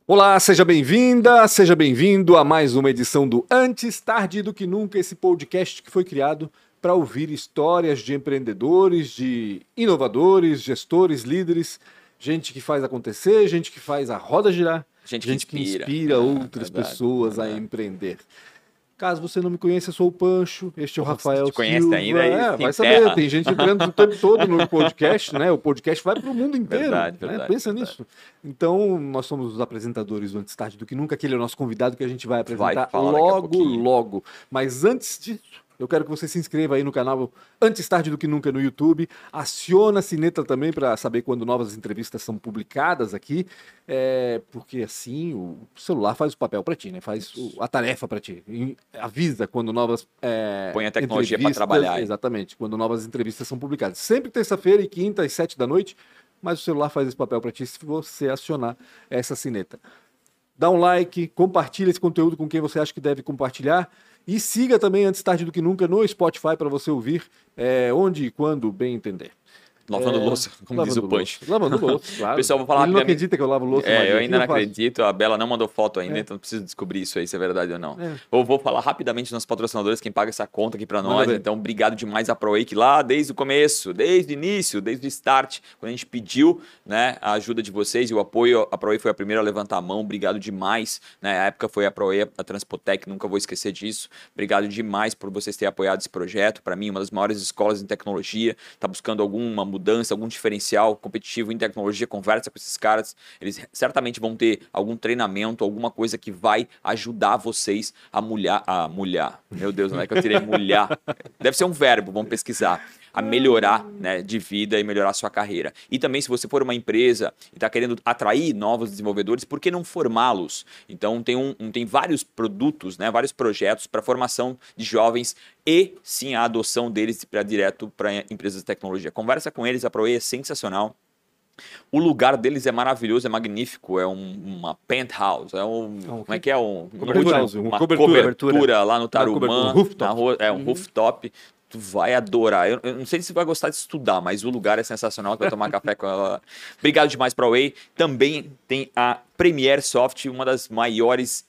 Olá, seja bem-vinda, seja bem-vindo a mais uma edição do Antes Tarde do Que Nunca, esse podcast que foi criado para ouvir histórias de empreendedores, de inovadores, gestores, líderes, gente que faz acontecer, gente que faz a roda girar, gente que inspira outras pessoas a empreender. Caso você não me conheça, eu sou o Pancho, este é o Rafael Silva. Conhece ainda? Vai saber, tem gente entrando o tempo todo no podcast, né? O podcast vai para o mundo inteiro, verdade. Pensa nisso. Então, nós somos os apresentadores do Antes Tarde do Que Nunca, aquele é o nosso convidado que a gente vai apresentar logo. Mas antes disso, eu quero que você se inscreva aí no canal Antes Tarde do Que Nunca no YouTube. Aciona a sineta também para saber quando novas entrevistas são publicadas aqui. Porque assim o celular faz o papel para ti, né? Faz a tarefa para ti. Avisa quando novas põe a tecnologia para trabalhar. Exatamente, quando novas entrevistas são publicadas. Sempre terça-feira e quinta às 7 da noite, mas o celular faz esse papel para ti se você acionar essa sineta. Dá um like, compartilha esse conteúdo com quem você acha que deve compartilhar. E siga também Antes Tarde do Que Nunca no Spotify para você ouvir onde e quando bem entender. Lavando louça, como diz o Pancho. Lavando louça, claro. Pessoal, vou falar Ele não acredita que eu lavo louça. Eu ainda não acredito. A Bela não mandou foto ainda, então preciso descobrir isso aí, se é verdade ou não. Ou vou falar rapidamente dos nossos patrocinadores, quem paga essa conta aqui para nós. Então, obrigado demais a ProWay, que lá desde o começo, desde o início, desde o start, quando a gente pediu, né, a ajuda de vocês e o apoio, a ProWay foi a primeira a levantar a mão. Obrigado demais. Né? A época foi a ProWay, a Transpotec, nunca vou esquecer disso. Obrigado demais por vocês terem apoiado esse projeto. Para mim, uma das maiores escolas em tecnologia. Está buscando alguma mudança, algum diferencial competitivo em tecnologia, conversa com esses caras, eles certamente vão ter algum treinamento, alguma coisa que vai ajudar vocês a mulher, meu Deus, não é que eu tirei mulher, deve ser um verbo, vamos pesquisar, a melhorar, né, de vida e melhorar a sua carreira. E também, se você for uma empresa e está querendo atrair novos desenvolvedores, por que não formá-los? Então, tem vários produtos, né, vários projetos para formação de jovens e, sim, a adoção deles direto para empresas de tecnologia. Conversa com eles, a ProWay é sensacional. O lugar deles é maravilhoso, é magnífico, é uma penthouse, como é que é? Uma cobertura lá no Tarumã, na rua, um rooftop. Tu vai adorar. Eu não sei se você vai gostar de estudar, mas o lugar é sensacional. Tu vai tomar café com ela. Obrigado demais para a ProWay. Também tem a Premier Soft, uma das maiores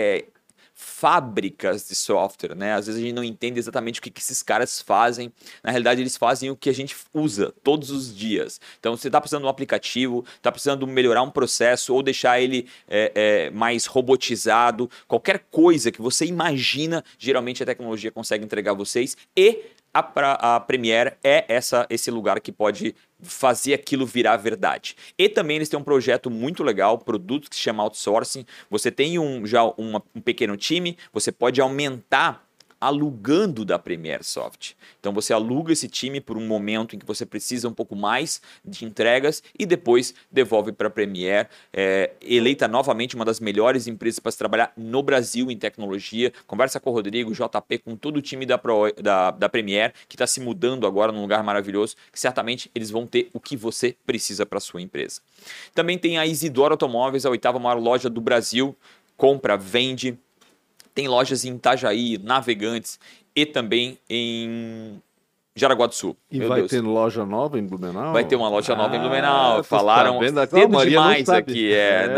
fábricas de software, né? Às vezes a gente não entende exatamente o que esses caras fazem. Na realidade, eles fazem o que a gente usa todos os dias. Então, você está precisando de um aplicativo, está precisando melhorar um processo ou deixar ele mais robotizado. Qualquer coisa que você imagina, geralmente a tecnologia consegue entregar a vocês. E a Premiere é esse lugar que pode fazer aquilo virar verdade. E também eles têm um projeto muito legal, produto que se chama Outsourcing. Você tem já um pequeno time, você pode aumentar alugando da Premier Soft. Então você aluga esse time por um momento em que você precisa um pouco mais de entregas e depois devolve para a Premier. Eleita novamente uma das melhores empresas para se trabalhar no Brasil em tecnologia. Conversa com o Rodrigo, JP, com todo o time da Premier, que está se mudando agora num lugar maravilhoso, que certamente eles vão ter o que você precisa para a sua empresa. Também tem a Isidoro Automóveis, a 8ª maior loja do Brasil. Compra, vende. Tem lojas em Itajaí, Navegantes e também em Jaraguá do Sul. E vai ter loja nova em Blumenau? Vai ter uma loja nova em Blumenau. Falaram cedo demais aqui.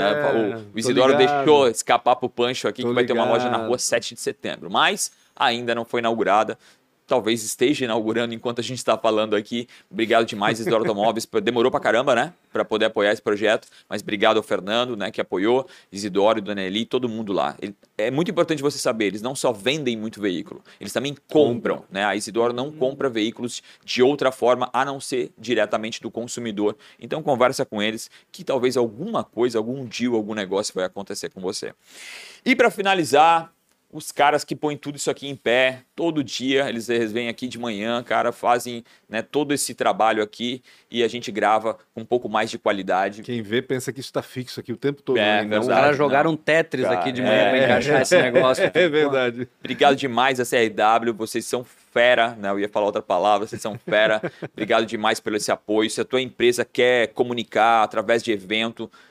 O Isidoro deixou escapar para o Pancho aqui que vai ter uma loja na rua 7 de setembro. Mas ainda não foi inaugurada. Talvez esteja inaugurando enquanto a gente está falando aqui. Obrigado demais, Isidoro Automóveis. Demorou pra caramba, né? Para poder apoiar esse projeto. Mas obrigado ao Fernando, né? Que apoiou. Isidoro e Dona Eli, todo mundo lá. É muito importante você saber, eles não só vendem muito veículo, eles também compram, né? A Isidoro não compra veículos de outra forma, a não ser diretamente do consumidor. Então conversa com eles que talvez alguma coisa, algum deal, algum negócio vai acontecer com você. E para finalizar, os caras que põem tudo isso aqui em pé, todo dia, eles vêm aqui de manhã, cara, fazem, né, todo esse trabalho aqui e a gente grava com um pouco mais de qualidade. Quem vê pensa que isso está fixo aqui o tempo todo. Os caras jogaram Tetris aqui de manhã para encaixar esse negócio. É verdade. Obrigado demais a CRW, vocês são fera, né? Eu ia falar outra palavra, vocês são fera. Obrigado demais pelo esse apoio. Se a tua empresa quer comunicar através de evento,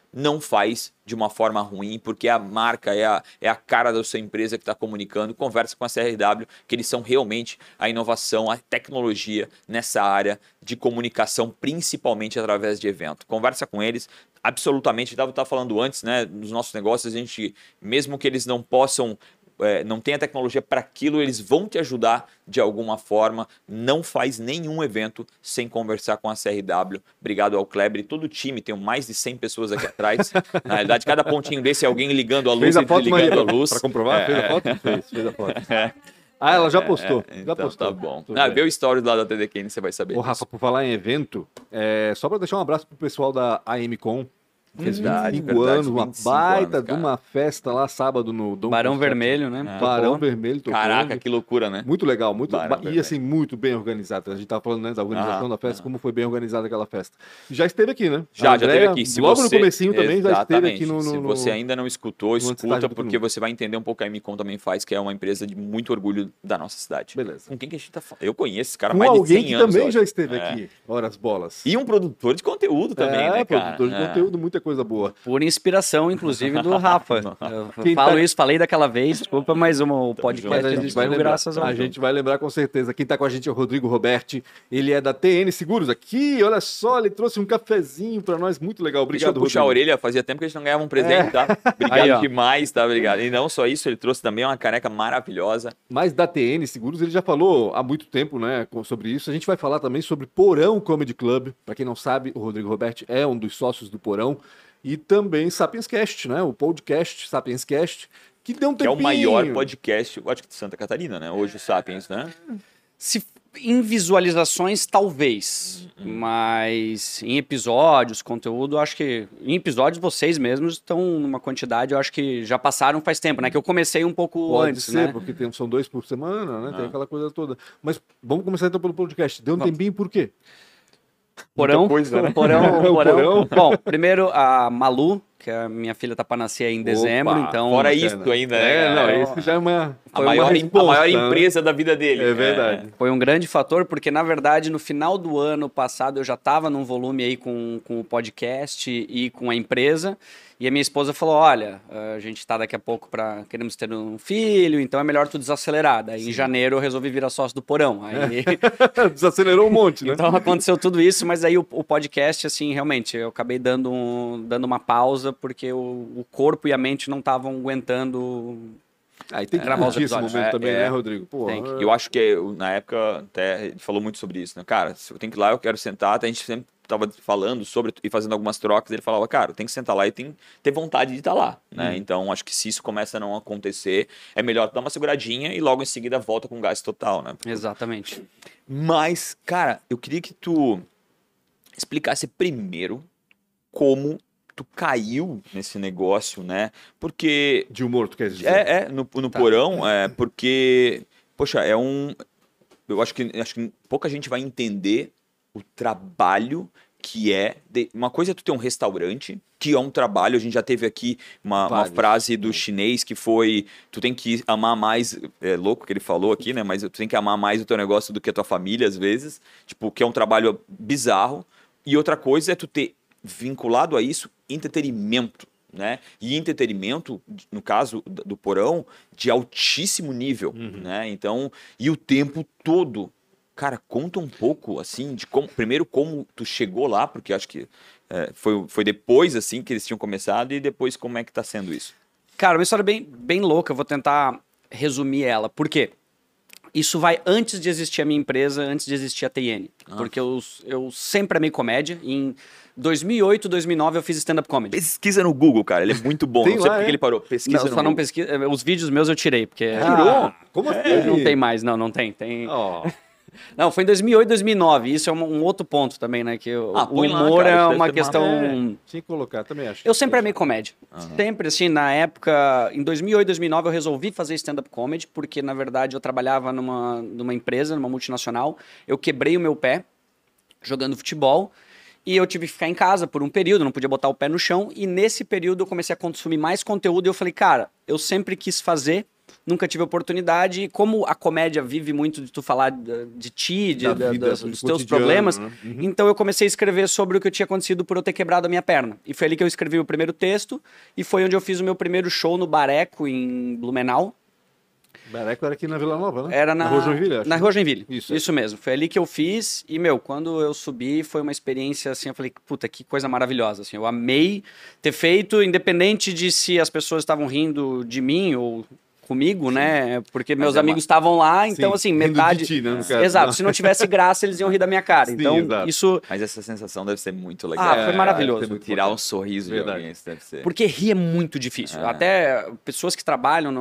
não faz de uma forma ruim, porque a marca é a cara da sua empresa que está comunicando. Conversa com a CRW, que eles são realmente a inovação, a tecnologia nessa área de comunicação, principalmente através de evento. Conversa com eles, absolutamente. Eu estava falando antes, né, dos nossos negócios, a gente, mesmo que eles não possam, não tenha tecnologia para aquilo, eles vão te ajudar de alguma forma. Não faz nenhum evento sem conversar com a CRW. Obrigado ao Kleber e todo o time. Tem mais de 100 pessoas aqui atrás. Na realidade, cada pontinho desse é alguém ligando a luz e desligando a luz. Para comprovar? Fez a foto? Fez a foto. Ah, ela já postou. Então já postou. Tá bom. Vê o story lá da TDQN, você vai saber. Ô, Rafa, por falar em evento, só para deixar um abraço pro pessoal da AMCOM. Fez 25 anos, uma baita de uma festa lá sábado no Dom Barão Vermelho, né? Barão Vermelho tocando. Caraca, que loucura, né? Muito legal, e assim, muito bem organizado. A gente tava falando, né, da organização da festa, como foi bem organizada aquela festa. Já esteve aqui, né? Já esteve aqui. Logo no comecinho também já esteve aqui no... Se você ainda não escutou, escuta, porque você vai entender um pouco o que a MCOM também faz, que é uma empresa de muito orgulho da nossa cidade. Beleza. Com quem que a gente tá falando? Eu conheço esse cara há mais de 100 anos. Alguém que também já esteve aqui, horas bolas. E um produtor de conteúdo também, né, cara? Produtor de conteúdo, muita coisa boa. Por inspiração, inclusive, do Rafa. Falei daquela vez, desculpa, mas o podcast existiu graças ao... A gente vai lembrar com certeza. Quem tá com a gente é o Rodrigo Roberti, ele é da TN Seguros aqui, olha só, ele trouxe um cafezinho pra nós, muito legal, obrigado, Rodrigo. Deixa eu puxar a orelha, fazia tempo que a gente não ganhava um presente, tá? Obrigado demais, tá? Obrigado. E não só isso, ele trouxe também uma caneca maravilhosa. Mas da TN Seguros, ele já falou há muito tempo, né, sobre isso. A gente vai falar também sobre Porão Comedy Club. Pra quem não sabe, o Rodrigo Roberti é um dos sócios do Porão. E também Sapienscast, né? O podcast Sapienscast, que deu um tempinho. Que é o maior podcast, eu acho que de Santa Catarina, né? Hoje o Sapiens, né? Em visualizações, talvez. Mas em episódios, conteúdo, acho que... Em episódios, vocês mesmos estão numa quantidade, eu acho que já passaram faz tempo, né? Que eu comecei um pouco antes, Pode ser, né? porque são 2 por semana, né? Tem aquela coisa toda. Mas vamos começar então pelo podcast. Deu um tempinho por quê? Porão, coisa, né? Porão. Bom, primeiro a Malu, que a minha filha tá para nascer aí em dezembro, então... Fora isso ainda, né? Isso já é uma... A maior empresa da vida dele. É verdade. Foi um grande fator, porque na verdade no final do ano passado eu já estava num volume aí com o podcast e com a empresa, e a minha esposa falou, olha, a gente tá daqui a pouco queremos ter um filho, então é melhor tu desacelerar. Daí em janeiro eu resolvi virar sócio do Porão. Aí... Desacelerou um monte, né? Então aconteceu tudo isso, mas aí o podcast, assim, realmente, eu acabei dando uma pausa, porque o corpo e a mente não estavam aguentando... Aí tem que gravar os episódios momento também, né, Rodrigo? Pô, eu acho que na época até ele falou muito sobre isso, né? Cara, se eu tenho que ir lá, eu quero sentar, até a gente sempre tava falando sobre e fazendo algumas trocas, ele falava, cara, tem que sentar lá e tem que ter vontade de estar lá, né? Então, acho que se isso começa a não acontecer, é melhor dar uma seguradinha e logo em seguida volta com gás total, né? Exatamente. Mas, cara, eu queria que tu explicasse primeiro como tu caiu nesse negócio, né? Porque... De humor, tu quer dizer? No Porão, porque, poxa, eu acho que pouca gente vai entender o trabalho que é... Uma coisa é tu ter um restaurante, que é um trabalho, a gente já teve aqui uma frase do chinês que foi, tu tem que amar mais, é louco que ele falou aqui, né? Mas tu tem que amar mais o teu negócio do que a tua família, às vezes, tipo, que é um trabalho bizarro. E outra coisa é tu ter vinculado a isso entretenimento, né? E entretenimento, no caso do Porão, de altíssimo nível, né? Então, e o tempo todo. Cara, conta um pouco, assim, de como tu chegou lá, porque acho que foi depois, assim, que eles tinham começado, e depois como é que tá sendo isso? Cara, uma história bem, bem louca, eu vou tentar resumir ela. Por quê? Isso vai antes de existir a minha empresa, antes de existir a TN. Porque eu sempre amei comédia. Em 2008, 2009 eu fiz stand-up comedy. Pesquisa no Google, cara. Ele é muito bom. Não sei por que ele parou. Pesquisa no Google. Não pesquisa. Os vídeos meus eu tirei, porque... Tirou? Como assim? Não tem mais. Não tem. Não, foi em 2008, 2009. Isso é um outro ponto também, né? Que o humor é uma questão... Tinha que colocar, também acho. Eu sempre amei comédia. Sempre, assim, na época... Em 2008, 2009, eu resolvi fazer stand-up comedy, porque, na verdade, eu trabalhava numa empresa, numa multinacional. Eu quebrei o meu pé jogando futebol e eu tive que ficar em casa por um período, não podia botar o pé no chão. E nesse período eu comecei a consumir mais conteúdo e eu falei, cara, eu sempre quis fazer nunca tive oportunidade. E como a comédia vive muito de tu falar de ti, dos teus problemas, né? Então eu comecei a escrever sobre o que tinha acontecido por eu ter quebrado a minha perna. E foi ali que eu escrevi o primeiro texto, e foi onde eu fiz o meu primeiro show no Bareco, em Blumenau. Bareco era aqui na Vila Nova, né? Era na Rua Joinville, acho. Na Rua Joinville, isso mesmo. Foi ali que eu fiz, e, quando eu subi, foi uma experiência, assim, eu falei, puta, que coisa maravilhosa, assim, eu amei ter feito, independente de se as pessoas estavam rindo de mim ou comigo, sim, né, porque meus amigos estavam lá, então, sim, assim, metade... De ti, né? Exato, se não tivesse graça, eles iam rir da minha cara, sim, então, exato. Isso... Mas essa sensação deve ser muito legal. Foi maravilhoso. Muito tirar um sorriso de alguém, isso deve ser. Porque rir é muito difícil, até pessoas que trabalham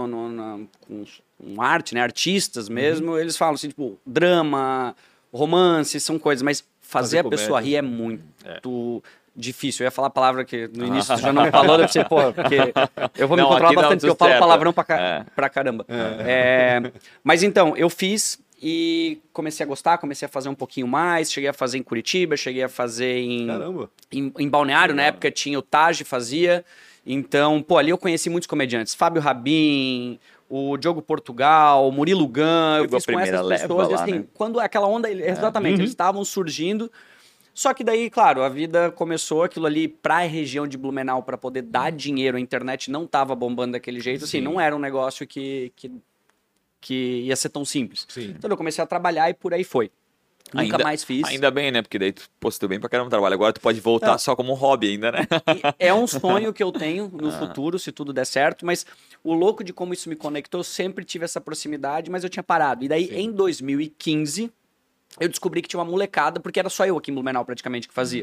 com arte, né, artistas mesmo, eles falam assim, tipo, drama, romance, são coisas, mas fazer a pessoa rir é muito difícil. Eu ia falar a palavra que no início tu já não falou, deve ser, porque eu vou me controlar bastante, porque eu falo palavrão pra caramba. Mas então, eu fiz e comecei a gostar, comecei a fazer um pouquinho mais, cheguei a fazer em Curitiba, cheguei a fazer em Balneário, na época tinha o Taj, fazia, então, ali eu conheci muitos comediantes, Fábio Rabin, o Diogo Portugal, o Murilo Gun, eu fiz com essas pessoas, lá, assim, né? Quando aquela onda, exatamente, eles estavam surgindo, só que daí, claro, a vida começou aquilo ali pra região de Blumenau, pra poder dar dinheiro, a internet não tava bombando daquele jeito, assim, não era um negócio que ia ser tão simples. Sim. Então eu comecei a trabalhar e por aí foi. Nunca mais fiz. Ainda bem, né? Porque daí tu postou bem pra caramba o trabalho. Agora tu pode voltar só como um hobby ainda, né? É um sonho que eu tenho no futuro, se tudo der certo, mas o louco de como isso me conectou, eu sempre tive essa proximidade, mas eu tinha parado. E daí, em 2015, eu descobri que tinha uma molecada, porque era só eu aqui em Blumenau praticamente que fazia. Em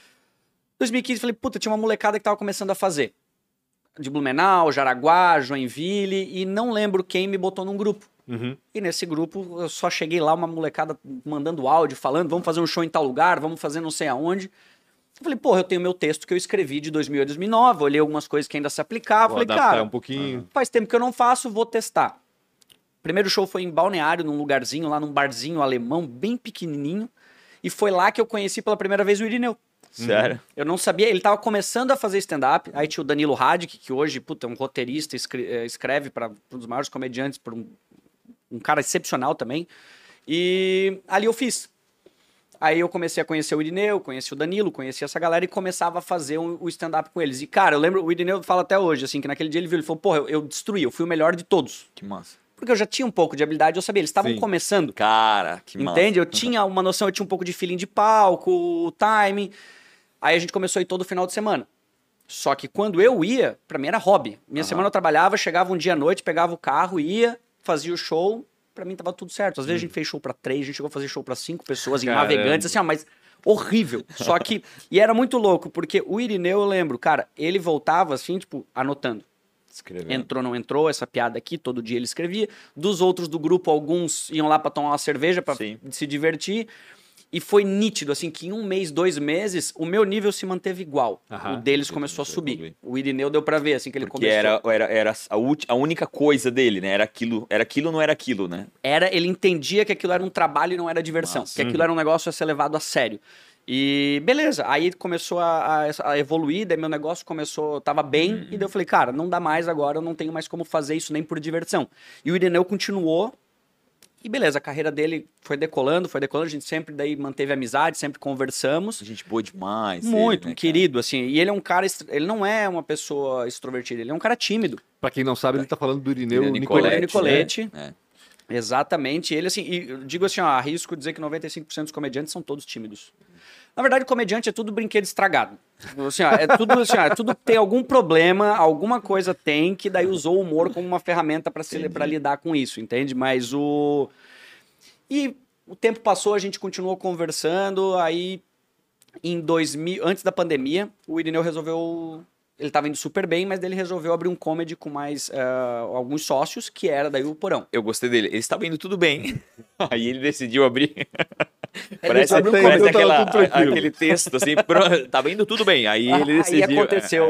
2015, falei, puta, tinha uma molecada que tava começando a fazer. De Blumenau, Jaraguá, Joinville, e não lembro quem me botou num grupo. E nesse grupo, eu só cheguei lá, uma molecada mandando áudio, falando, vamos fazer um show em tal lugar, vamos fazer não sei aonde. Eu falei, porra, eu tenho meu texto que eu escrevi de 2000 a 2009, olhei algumas coisas que ainda se aplicavam. Falei, cara, um pouquinho. Faz tempo que eu não faço, vou testar. Primeiro show foi em Balneário, num lugarzinho, lá num barzinho alemão, bem pequenininho. E foi lá que eu conheci pela primeira vez o Irineu. Sério? Eu não sabia, ele tava começando a fazer stand-up, aí tinha o Danilo Radic, que hoje, puta, é um roteirista, escreve para um dos maiores comediantes, um cara excepcional também. E ali eu fiz. Aí eu comecei a conhecer o Irineu, conheci o Danilo, conheci essa galera e começava a fazer o stand-up com eles. E, cara, eu lembro, o Irineu fala até hoje, assim, que naquele dia ele viu, ele falou, porra, eu destruí, eu fui o melhor de todos. Que massa. Porque eu já tinha um pouco de habilidade, eu sabia, eles estavam começando. Cara, que massa. Entende? Eu tinha uma noção, eu tinha um pouco de feeling de palco, timing. Aí a gente começou a ir todo final de semana. Só que quando eu ia, pra mim era hobby. Minha semana eu trabalhava, chegava um dia à noite, pegava o carro, ia, fazia o show, pra mim tava tudo certo. Às vezes a gente fez show pra 3, a gente chegou a fazer show pra 5 pessoas em Navegantes, assim, mas horrível. Só que, e era muito louco, porque o Irineu, eu lembro, cara, ele voltava assim, tipo, anotando. Escrevendo. Entrou, não entrou, essa piada aqui, todo dia ele escrevia. Dos outros do grupo, alguns iam lá pra tomar uma cerveja, pra se divertir. E foi nítido, assim, que em 1 mês, 2 meses, o meu nível se manteve igual. O deles começou a subir. O Irineu deu pra ver, assim, que ele começou. Era a única coisa dele, né? Era aquilo não era aquilo, né? Ele entendia que aquilo era um trabalho e não era diversão. Que aquilo era um negócio a ser levado a sério. E beleza, aí começou a evoluir, daí meu negócio tava bem, e daí eu falei, cara, não dá mais agora, eu não tenho mais como fazer isso nem por diversão. E o Irineu continuou, e beleza, a carreira dele foi decolando, a gente sempre daí manteve amizade, sempre conversamos. A gente boa demais. Muito, né, querido, assim, e ele é um cara, ele não é uma pessoa extrovertida, ele é um cara tímido. Pra quem não sabe, ele tá falando do Irineu Nicoletti. Né? Exatamente, ele assim, e eu digo assim, ó, arrisco dizer que 95% dos comediantes são todos tímidos. Na verdade, comediante é tudo brinquedo estragado. Assim, ó, é tudo tem algum problema, alguma coisa tem, que daí usou o humor como uma ferramenta para lidar com isso, entende? Mas E o tempo passou, a gente continuou conversando, aí em 2000, antes da pandemia, o Irineu resolveu... Ele tava indo super bem, mas ele resolveu abrir um comedy com mais alguns sócios, que era daí o Porão. Eu gostei dele. Ele estava indo tudo bem. Aí ele decidiu abrir. Parece aquele texto, assim, tava indo tudo bem. Aí ele decidiu. Aí aconteceu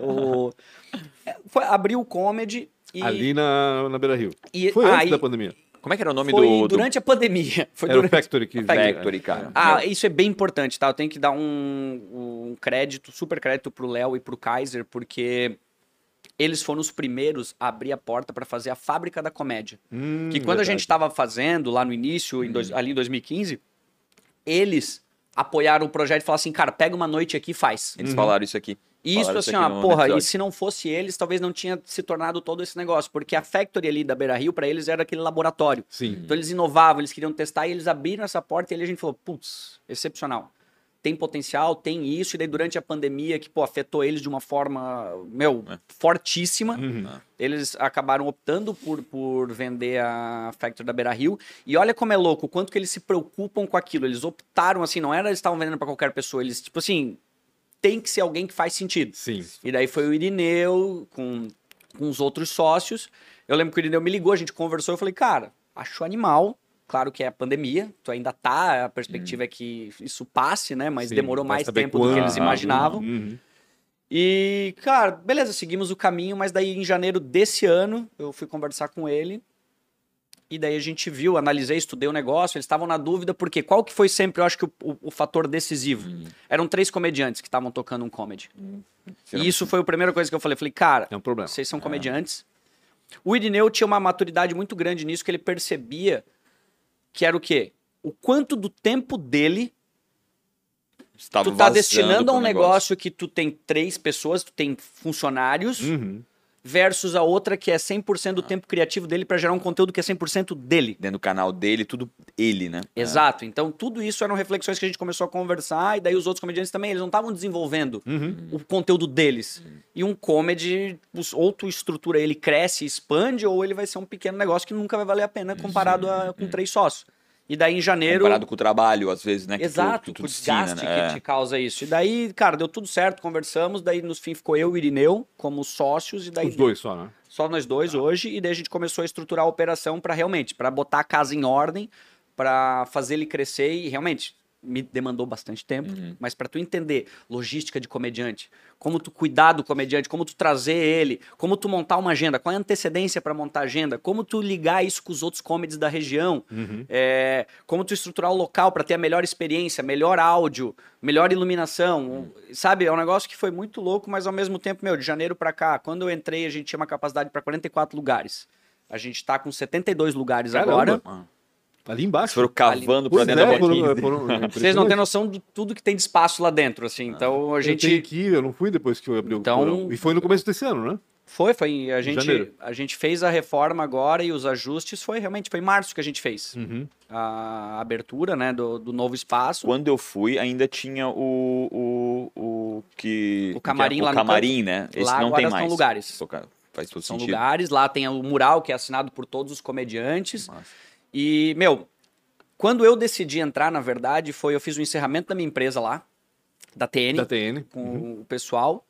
abriu o comedy. Ali na Beira Rio. Foi antes da pandemia. Como é que era o nome durante a pandemia. Era o Factory. Factory, cara. Isso é bem importante, tá? Eu tenho que dar um crédito, super crédito pro Léo e pro Kaiser, porque eles foram os primeiros a abrir a porta para fazer a Fábrica da Comédia. Que quando verdade. a gente estava fazendo lá no início, ali em 2015, eles apoiaram o projeto e falaram assim, cara, pega uma noite aqui e faz. Eles falaram isso aqui. E isso assim, ó, porra, e se não fosse eles, talvez não tinha se tornado todo esse negócio, porque a Factory ali da Beira Rio, para eles era aquele laboratório. Sim. Então eles inovavam, eles queriam testar e eles abriram essa porta e ali a gente falou, putz, excepcional. Tem potencial, tem isso, e daí durante a pandemia, que, pô, afetou eles de uma forma, fortíssima, eles acabaram optando por vender a Factory da Beira Rio, e olha como é louco, o quanto que eles se preocupam com aquilo, eles optaram, assim, não era eles estavam vendendo para qualquer pessoa, eles, tipo assim, tem que ser alguém que faz sentido. Sim. E daí foi o Irineu com os outros sócios, eu lembro que o Irineu me ligou, a gente conversou, eu falei, cara, acho animal. Claro que é a pandemia, tu ainda tá, a perspectiva é que isso passe, né? Mas Sim, demorou vai mais saber tempo do que eles imaginavam. Uhum. E, cara, beleza, seguimos o caminho, mas daí em janeiro desse ano eu fui conversar com ele. E daí a gente viu, analisei, estudei o negócio, eles estavam na dúvida, porque qual que foi sempre, eu acho que o fator decisivo? Eram 3 comediantes que estavam tocando um comedy. E isso foi a primeira coisa que eu falei, cara, É um problema. vocês são comediantes. O Irineu tinha uma maturidade muito grande nisso, que ele percebia que era o quê? O quanto do tempo dele tu tá destinando a um negócio que tu tem 3 pessoas, tu tem funcionários, versus a outra que é 100% do tempo criativo dele para gerar um conteúdo que é 100% dele. Dentro do canal dele, tudo ele, né? Exato. Então, tudo isso eram reflexões que a gente começou a conversar, e daí os outros comediantes também, eles não estavam desenvolvendo o conteúdo deles. E um comedy, ou tu estrutura ele, cresce, expande, ou ele vai ser um pequeno negócio que nunca vai valer a pena comparado com 3 sócios. E daí em janeiro... Comparado com o trabalho, às vezes, né? Exato, que o desgaste que te causa isso. E daí, cara, deu tudo certo, conversamos, daí no fim ficou eu e o Irineu como sócios, e daí... Os 2 só, né? Só nós 2 hoje, e daí a gente começou a estruturar a operação para realmente, para botar a casa em ordem, para fazer ele crescer, e realmente me demandou bastante tempo, mas para tu entender logística de comediante, como tu cuidar do comediante, como tu trazer ele, como tu montar uma agenda, qual é a antecedência para montar a agenda, como tu ligar isso com os outros comedies da região, como tu estruturar o local para ter a melhor experiência, melhor áudio, melhor iluminação, sabe? É um negócio que foi muito louco, mas ao mesmo tempo, de janeiro para cá, quando eu entrei, a gente tinha uma capacidade para 44 lugares. A gente tá com 72 lugares agora. Ali embaixo. Foram cavando pra dentro da boquinha. Vocês não têm noção de tudo que tem de espaço lá dentro, assim. Então a gente... Eu tenho que ir, eu não fui depois que eu abri o porão. E foi no começo desse ano, né? Foi. A gente fez a reforma agora e os ajustes foi em março que a gente fez. A abertura, né, do novo espaço. Quando eu fui, ainda tinha o camarim lá no camarim, né? Esse lá não agora tem mais. São lugares. Faz todo São sentido. lugares, lá tem o mural que é assinado por todos os comediantes. Nossa. E, quando eu decidi entrar, na verdade, eu fiz o encerramento da minha empresa lá, da TN. Com o pessoal.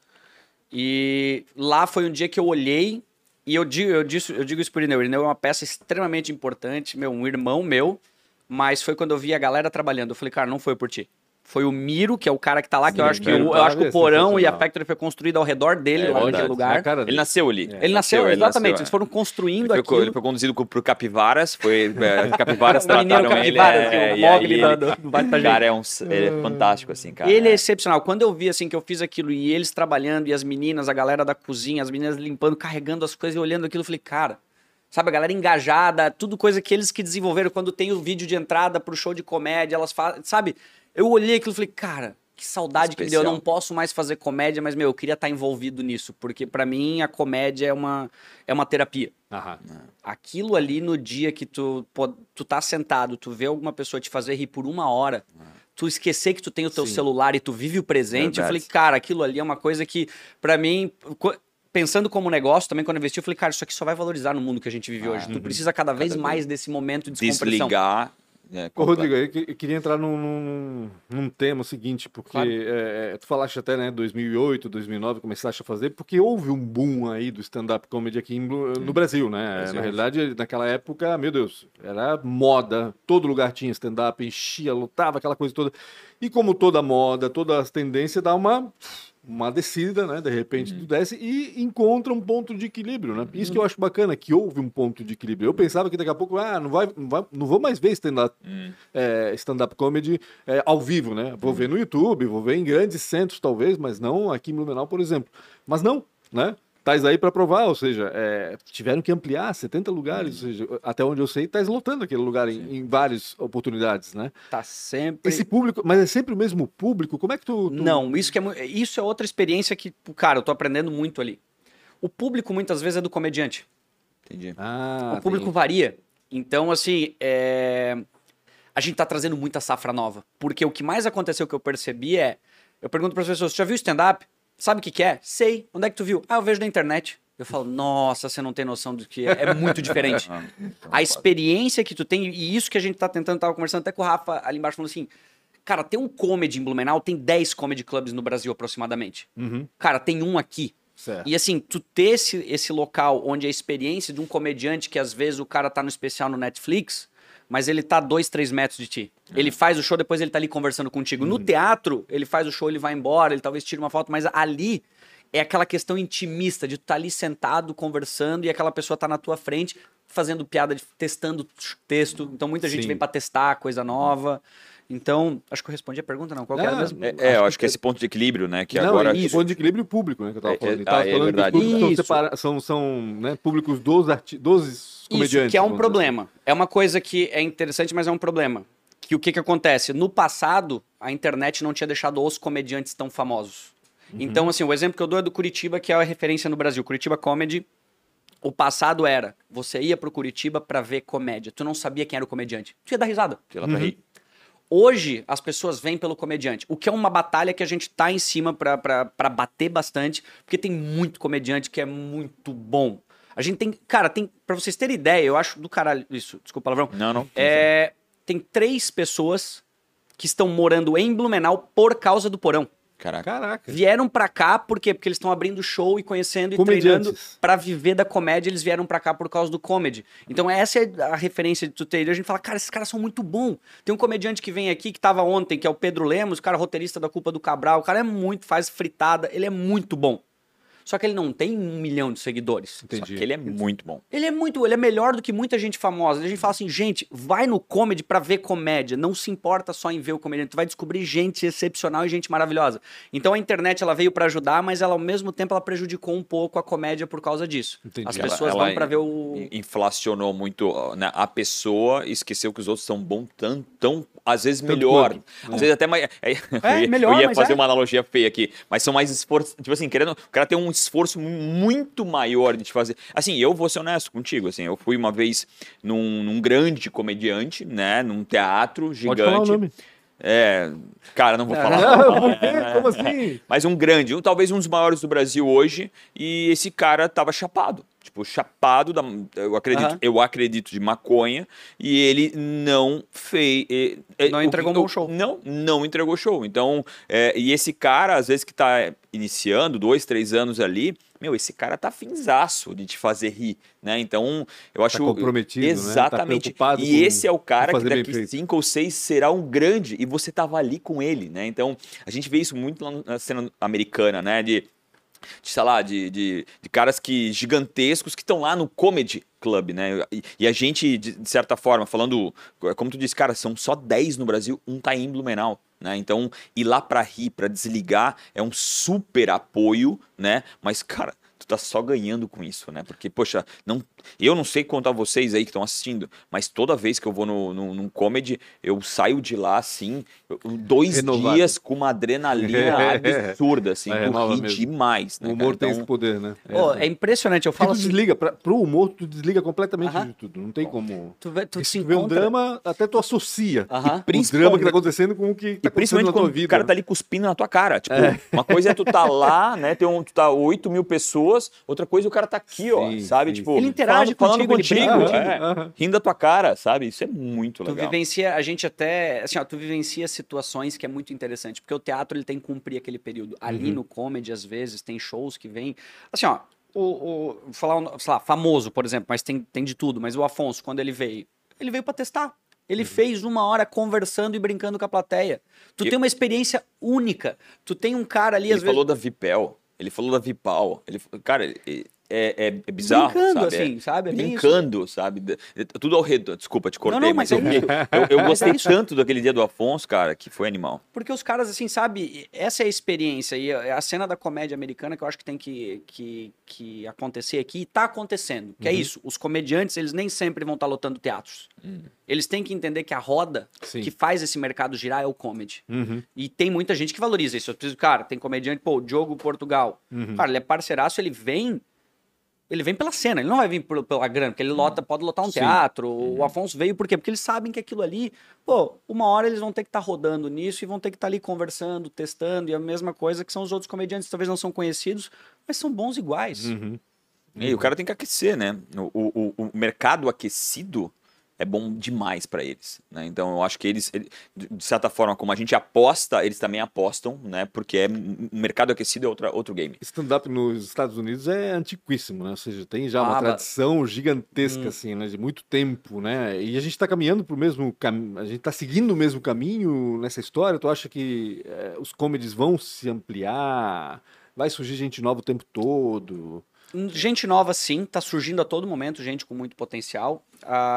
E lá foi um dia que eu olhei e eu digo isso pro Irineu. O Irineu é uma peça extremamente importante, um irmão meu, mas foi quando eu vi a galera trabalhando. Eu falei, cara, não foi por ti. Foi o Miro, que é o cara que tá lá, que eu acho que o porão e a Factory foi construída ao redor dele, lá naquele lugar. Ele nasceu ali. Ele nasceu, exatamente. Eles foram construindo aquilo. Ele foi conduzido pro Capivaras, Capivaras trataram ele. O Mogli do Baita Gente. Cara, ele é fantástico, assim, cara. Ele é excepcional. Quando eu vi, assim, que eu fiz aquilo e eles trabalhando, e as meninas, a galera da cozinha, as meninas limpando, carregando as coisas e olhando aquilo, eu falei, cara... Sabe, a galera engajada, tudo coisa que eles que desenvolveram. Quando tem o vídeo de entrada pro show de comédia, elas fazem, sabe? Eu olhei aquilo e falei, cara, que saudade que me deu. Eu não posso mais fazer comédia, mas, eu queria estar envolvido nisso. Porque pra mim, a comédia é uma terapia. Aquilo ali no dia que tu tá sentado, tu vê alguma pessoa te fazer rir por 1 hora... Tu esquecer que tu tem o teu celular e tu vive o presente. Eu falei, cara, aquilo ali é uma coisa que, pra mim... Pensando como negócio, também quando eu investi, eu falei, cara, isso aqui só vai valorizar no mundo que a gente vive hoje. Tu precisa cada vez mais desse momento de descompressão. Desligar. Rodrigo, eu queria entrar num tema seguinte, porque claro. Tu falaste até, né, 2008, 2009, começaste a fazer, porque houve um boom aí do stand-up comedy aqui no Brasil, né? Na realidade, naquela época, meu Deus, era moda, todo lugar tinha stand-up, enchia, lotava, aquela coisa toda. E como toda moda, todas as tendências, dá uma descida, né? De repente tu desce e encontra um ponto de equilíbrio, né? Isso que eu acho bacana, que houve um ponto de equilíbrio. Eu pensava que daqui a pouco, não vou mais ver stand-up comedy ao vivo, né? Vou ver no YouTube, vou ver em grandes centros talvez, mas não aqui em Blumenau, por exemplo. Mas não, né? Tais aí para provar, ou seja, tiveram que ampliar 70 lugares, ou seja, até onde eu sei, tá esgotando aquele lugar em várias oportunidades, né? Tá sempre... Esse público, mas é sempre o mesmo público? Como é que tu... Não, isso é outra experiência que, cara, eu tô aprendendo muito ali. O público muitas vezes é do comediante. Entendi. O público varia. Então, assim, a gente tá trazendo muita safra nova. Porque o que mais aconteceu que eu percebi eu pergunto para as pessoas, você já viu stand-up? Sabe o que é? Sei. Onde é que tu viu? Eu vejo na internet. Eu falo, nossa, você não tem noção do que é muito diferente. A experiência que tu tem, e isso que a gente tá tentando, tava conversando até com o Rafa ali embaixo, falando assim, cara, tem um comedy em Blumenau, tem 10 comedy clubs no Brasil aproximadamente. Cara, tem um aqui. Certo. E assim, tu ter esse local onde a experiência de um comediante, que às vezes o cara tá no especial no Netflix, mas ele tá a 2, 3 metros de ti. Ele faz o show, depois ele tá ali conversando contigo. No teatro, ele faz o show, ele vai embora, ele talvez tire uma foto, mas ali é aquela questão intimista de tu tá ali sentado, conversando, e aquela pessoa tá na tua frente, fazendo piada, testando texto. Então muita gente vem pra testar coisa nova. Então, acho que eu respondi a pergunta, não. Qual que era mesmo? Eu acho que esse ponto de equilíbrio, né? Que não, agora... Isso, ponto de equilíbrio público, né? Que eu tava falando. Ele tava falando verdade. dos públicos são né, públicos dos comediantes. Isso, que é um problema. É uma coisa que é interessante, mas é um problema. Que o que acontece? No passado, a internet não tinha deixado os comediantes tão famosos. Então, assim, o exemplo que eu dou é do Curitiba, que é a referência no Brasil. Curitiba Comedy, o passado era, você ia pro Curitiba pra ver comédia. Tu não sabia quem era o comediante. Tu ia dar risada. Tu ia lá pra rir. Hoje, as pessoas vêm pelo comediante, o que é uma batalha que a gente tá em cima pra bater bastante, porque tem muito comediante que é muito bom. A gente tem... Cara, pra vocês terem ideia, eu acho do caralho isso, desculpa o palavrão. Não. Tem 3 pessoas que estão morando em Blumenau por causa do Porão. Caraca. Vieram pra cá, por quê? Porque eles estão abrindo show e conhecendo e treinando pra viver da comédia, eles vieram pra cá por causa do comedy. Então essa é a referência de tu ter. A gente fala, cara, esses caras são muito bons. Tem um comediante que vem aqui, que tava ontem, que é o Pedro Lemos, o cara roteirista da Culpa do Cabral, o cara faz fritada, ele é muito bom. Só que ele não tem 1 milhão de seguidores. Entendi. Só que ele é muito bom. Ele é melhor do que muita gente famosa. A gente fala assim, gente, vai no comedy pra ver comédia. Não se importa só em ver o comediante. Tu vai descobrir gente excepcional e gente maravilhosa. Então a internet, ela veio pra ajudar, mas ela, ao mesmo tempo, ela prejudicou um pouco a comédia por causa disso. Entendi. As pessoas vão pra ver o... Inflacionou muito, né, a pessoa e esqueceu que os outros são bons tão às vezes melhor. Às vezes até mais... melhor, eu ia fazer uma analogia feia aqui, mas são mais esforços... Tipo assim, o cara tem um esforço muito maior de te fazer... Assim, eu vou ser honesto contigo, assim, eu fui uma vez num grande comediante, né, num teatro gigante. Pode falar o nome. Cara, não vou falar. Por quê? Como assim? Mas talvez um dos maiores do Brasil hoje, e esse cara tava chapado. Tipo, chapado, eu acredito, de maconha, e ele não fez... Não entregou um bom show. Não entregou show. Então, e esse cara, às vezes que tá iniciando, 2, 3 anos ali, esse cara tá finzaço de te fazer rir, né? Então, eu acho... Tá comprometido, exatamente. Né? Tá e esse é o cara que daqui feito. 5 ou 6 será um grande, e você tava ali com ele, né? Então, a gente vê isso muito lá na cena americana, né? Sei lá, de caras gigantescos que estão lá no Comedy Club, né? E a gente, de certa forma, falando, como tu disse, cara, são só 10 no Brasil, um tá em Blumenau, né? Então, ir lá pra rir, pra desligar, é um super apoio, né? Mas, cara, tu tá só ganhando com isso, né? Porque, poxa, eu não sei quanto a vocês aí que estão assistindo, mas toda vez que eu vou num comedy, eu saio de lá, assim, 2 dias com uma adrenalina absurda, assim, eu ri demais, né? O humor tem esse poder, né? É impressionante, eu falo assim... desliga, pro humor, tu desliga completamente de tudo, não tem como... Tu se vê um drama, até tu associa o drama que tá acontecendo com o que tá acontecendo na tua vida. O cara tá ali cuspindo na tua cara, tipo, uma coisa é tu tá lá, né, tu tá 8 mil pessoas, outra coisa é o cara tá aqui, sabe, tipo... Ele interage falando contigo, rindo da tua cara, sabe? Isso é muito legal. Tu vivencia, a gente até, assim, tu vivencia situações que é muito interessante, porque o teatro, ele tem que cumprir aquele período. Ali no comedy, às vezes, tem shows que vem, assim, vou falar, sei lá, famoso, por exemplo, mas tem de tudo, mas o Afonso, quando ele veio pra testar. Ele fez 1 hora conversando e brincando com a plateia. Tu tem uma experiência única. Tu tem um cara ali, às vezes... Ele falou da Vipel. Ele falou da Vipal. é bizarro, brincando, sabe? assim, sabe? Brincando, sabe? Tudo ao redor. Desculpa, te cortei, não, mas mas eu gostei tanto daquele dia do Afonso, cara, que foi animal. Porque os caras, assim, sabe? Essa é a experiência e a cena da comédia americana que eu acho que tem que acontecer aqui e tá acontecendo. Que é isso, os comediantes, eles nem sempre vão estar lotando teatros. Eles têm que entender que a roda que faz esse mercado girar é o comedy. E tem muita gente que valoriza isso. Eu preciso, cara, tem comediante, pô, o Diogo Portugal. Cara, ele é parceiraço, ele vem pela cena, ele não vai vir pela grana, porque ele pode lotar um teatro. O Afonso veio por quê? Porque eles sabem que aquilo ali, pô, uma hora eles vão ter que estar rodando nisso e vão ter que estar ali conversando, testando, e a mesma coisa que são os outros comediantes, talvez não são conhecidos, mas são bons iguais. E o cara tem que aquecer, né? O mercado aquecido é bom demais para eles, né? Então eu acho que eles, de certa forma, como a gente aposta, eles também apostam, né? Porque o mercado aquecido é outro game. Stand-up nos Estados Unidos é antiquíssimo, né? Ou seja, tem já uma tradição gigantesca, assim, né? De muito tempo, né? E a gente está caminhando para o mesmo caminho, a gente está seguindo o mesmo caminho nessa história. Tu acha que os comedies vão se ampliar? Vai surgir gente nova o tempo todo? Gente nova, sim, tá surgindo a todo momento, gente com muito potencial.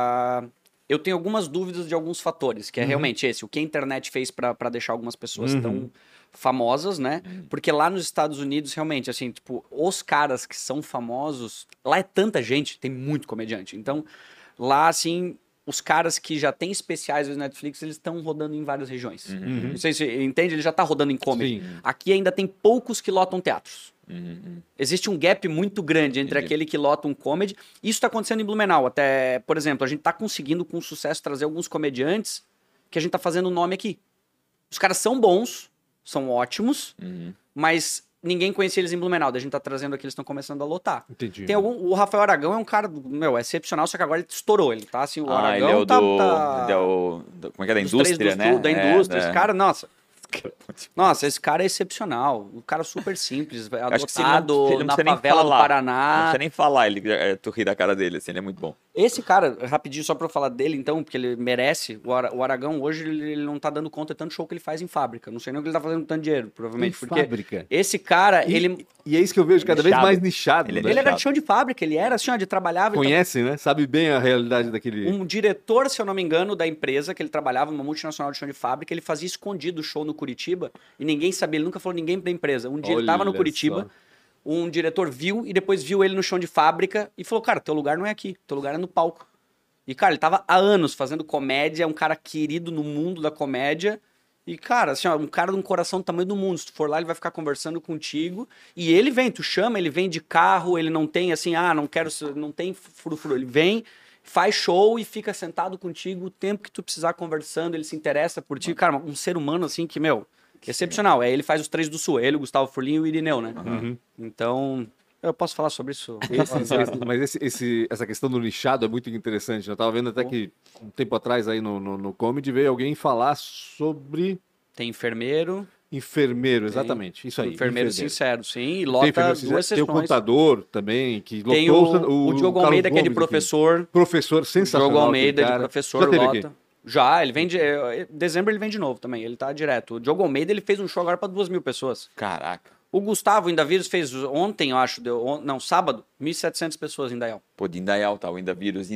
Eu tenho algumas dúvidas de alguns fatores, que é realmente esse, o que a internet fez para deixar algumas pessoas tão famosas, né? Porque lá nos Estados Unidos, realmente, assim, tipo, os caras que são famosos, lá é tanta gente, tem muito comediante. Então, lá, assim, os caras que já têm especiais no Netflix, eles estão rodando em várias regiões. Não sei se entende, ele já tá rodando em comedy. Aqui ainda tem poucos que lotam teatros. Existe um gap muito grande entre aquele que lota um comedy. Isso está acontecendo em Blumenau. Até, por exemplo, a gente está conseguindo com sucesso trazer alguns comediantes que a gente está fazendo nome aqui. Os caras são bons, são ótimos, mas ninguém conhecia eles em Blumenau. Daí a gente tá trazendo aqui, eles estão começando a lotar. Entendi. O Rafael Aragão é um cara, excepcional, excepcional, só que agora ele estourou. Ele tá assim, o Aragão ele é como é que é? Da indústria, né? Da indústria. Esse cara, nossa, esse cara é excepcional. Um cara super simples, adotado ele não na favela do Paraná. Não precisa nem falar, tu ri da cara dele, assim, ele é muito bom. Esse cara, rapidinho, só pra eu falar dele, então, porque ele merece, o Aragão hoje, ele não tá dando conta de tanto show que ele faz em fábrica. Não sei nem o que ele tá fazendo com tanto dinheiro, provavelmente. Em fábrica? Esse cara, E é isso que eu vejo cada vez mais nichado. Ele era de chão de fábrica, ele era assim, ó, de trabalhava... Conhece, né? Sabe bem a realidade daquele... Um diretor, se eu não me engano, da empresa, que ele trabalhava numa multinacional de chão de fábrica, ele fazia escondido o show no Curitiba, e ninguém sabia, ele nunca falou ninguém pra empresa. Um dia ele tava no Curitiba, um diretor viu, e depois viu ele no chão de fábrica, e falou, cara, teu lugar não é aqui, teu lugar é no palco. E, cara, ele tava há anos fazendo comédia, um cara querido no mundo da comédia. E, cara, assim, ó, um cara de um coração do tamanho do mundo. Se tu for lá, ele vai ficar conversando contigo. E ele vem, tu chama, ele vem de carro, ele não tem assim, não tem frufru. Ele vem, faz show e fica sentado contigo o tempo que tu precisar conversando, ele se interessa por ti. Cara, um ser humano assim que, excepcional. Ele faz os Três do Sul, ele, o Gustavo Furlinho e o Irineu, né? Então... Eu posso falar sobre isso. Mas essa questão do nichado é muito interessante. Eu tava vendo até que um tempo atrás aí no Comedy veio alguém falar sobre... Tem enfermeiro. Enfermeiro, exatamente. Isso aí. Enfermeiro sincero, sim. E lota duas sessões. Tem o contador também, que lotou... Tem o Diogo Almeida, que é de professor. Aqui. Professor sensacional. Diogo Almeida, de professor, lota. Já, ele vem dezembro ele vem de novo também, ele tá direto. O Diogo Almeida, ele fez um show agora pra 2.000 pessoas. Caraca. O Gustavo Indavírus fez ontem, eu acho, sábado, 1.700 pessoas em Indaial. Pô, de Indaial tá, o Indavírus.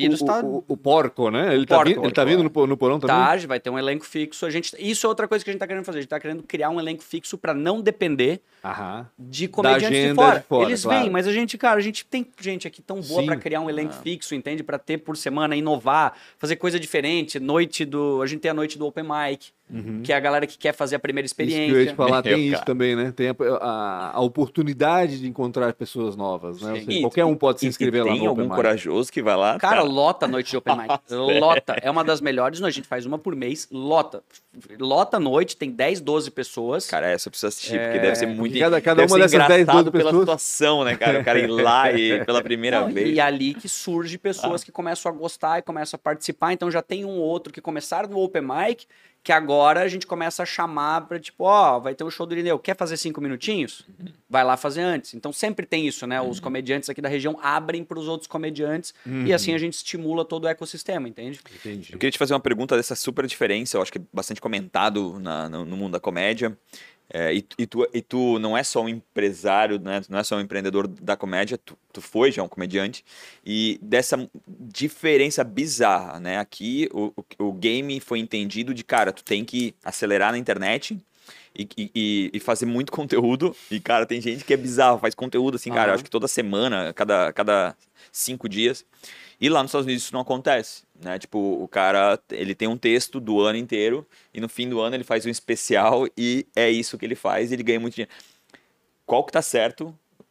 O porco, né? Ele tá vindo no porão também? Tá, vai ter um elenco fixo. Isso é outra coisa que a gente tá querendo fazer. A gente tá querendo criar um elenco fixo pra não depender de comediantes de fora. Eles vêm, mas a gente tem gente aqui tão boa pra criar um elenco fixo, entende? Pra ter por semana, inovar, fazer coisa diferente. A gente tem a noite do Open Mic. Que é a galera que quer fazer a primeira experiência. Isso que eu ia te falar, tem isso também, né? Tem a oportunidade de encontrar pessoas novas, né? Seja, qualquer um pode se inscrever lá no Open Mic. Tem algum corajoso que vai lá? Cara, lota a noite de Open Mic. Lota. É uma das melhores. A gente faz uma por mês. Lota a noite, tem 10, 12 pessoas. Cara, essa eu preciso assistir, porque deve ser muito cada uma dessas 10, 12 pela pessoas. situação, né, cara? O cara ir lá e pela primeira vez. E ali que surge pessoas que começam a gostar e começam a participar. Então já tem um ou outro que começaram no Open Mic, que agora a gente começa a chamar pra, vai ter um show do Irineu, quer fazer 5 minutinhos? Vai lá fazer antes. Então sempre tem isso, né? Os comediantes aqui da região abrem pros outros comediantes e assim a gente estimula todo o ecossistema, entende? Eu queria te fazer uma pergunta dessa super diferença, eu acho que é bastante comentado no mundo da comédia. E tu não é só um empresário, né? Tu não é só um empreendedor da comédia, tu foi já um comediante. E dessa diferença bizarra, né? Aqui o game foi entendido de, cara, tu tem que acelerar na internet e fazer muito conteúdo. E, cara, tem gente que é bizarro, faz conteúdo assim, cara, acho que toda semana, cada 5 dias. E lá nos Estados Unidos isso não acontece, né? Tipo, o cara, ele tem um texto do ano inteiro e no fim do ano ele faz um especial e é isso que ele faz e ele ganha muito dinheiro. Qual que tá certo?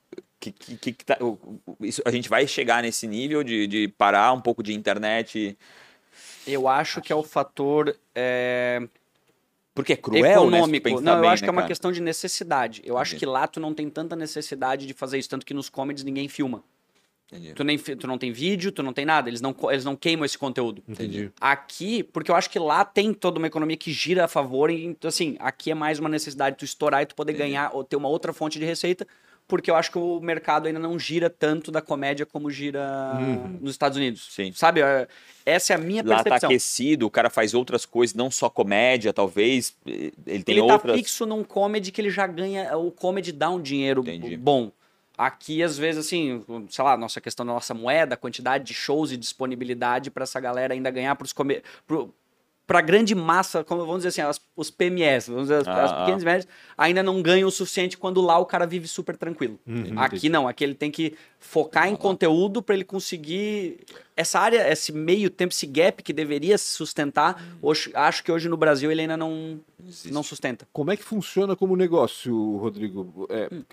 A gente vai chegar nesse nível de parar um pouco de internet? Eu acho que é o fator... Porque é cruel, econômico. Né? Não, eu acho que é uma questão de necessidade. Eu acho que lá tu não tem tanta necessidade de fazer isso, tanto que nos comedies ninguém filma. Tu não tem vídeo, tu não tem nada, eles não queimam esse conteúdo. Entendi. Aqui, porque eu acho que lá tem toda uma economia que gira a favor, então assim, aqui é mais uma necessidade de tu estourar e tu poder ganhar ou ter uma outra fonte de receita, porque eu acho que o mercado ainda não gira tanto da comédia como gira nos Estados Unidos. Sim. Sabe? Essa é a minha percepção. Lá tá aquecido, o cara faz outras coisas, não só comédia, talvez, ele tem outras... Ele tá fixo num comedy que ele já ganha, o comedy dá um dinheiro bom. Aqui, às vezes, assim, sei lá, nossa questão da nossa moeda, quantidade de shows e disponibilidade para essa galera ainda ganhar para a grande massa, como vamos dizer assim, os PMS, vamos dizer, as pequenas e médias, ainda não ganham o suficiente quando lá o cara vive super tranquilo. Aqui não, aqui ele tem que focar em conteúdo para ele conseguir essa área, esse meio tempo, esse gap que deveria se sustentar. Hoje, acho que hoje no Brasil ele ainda não sustenta. Como é que funciona como negócio, Rodrigo?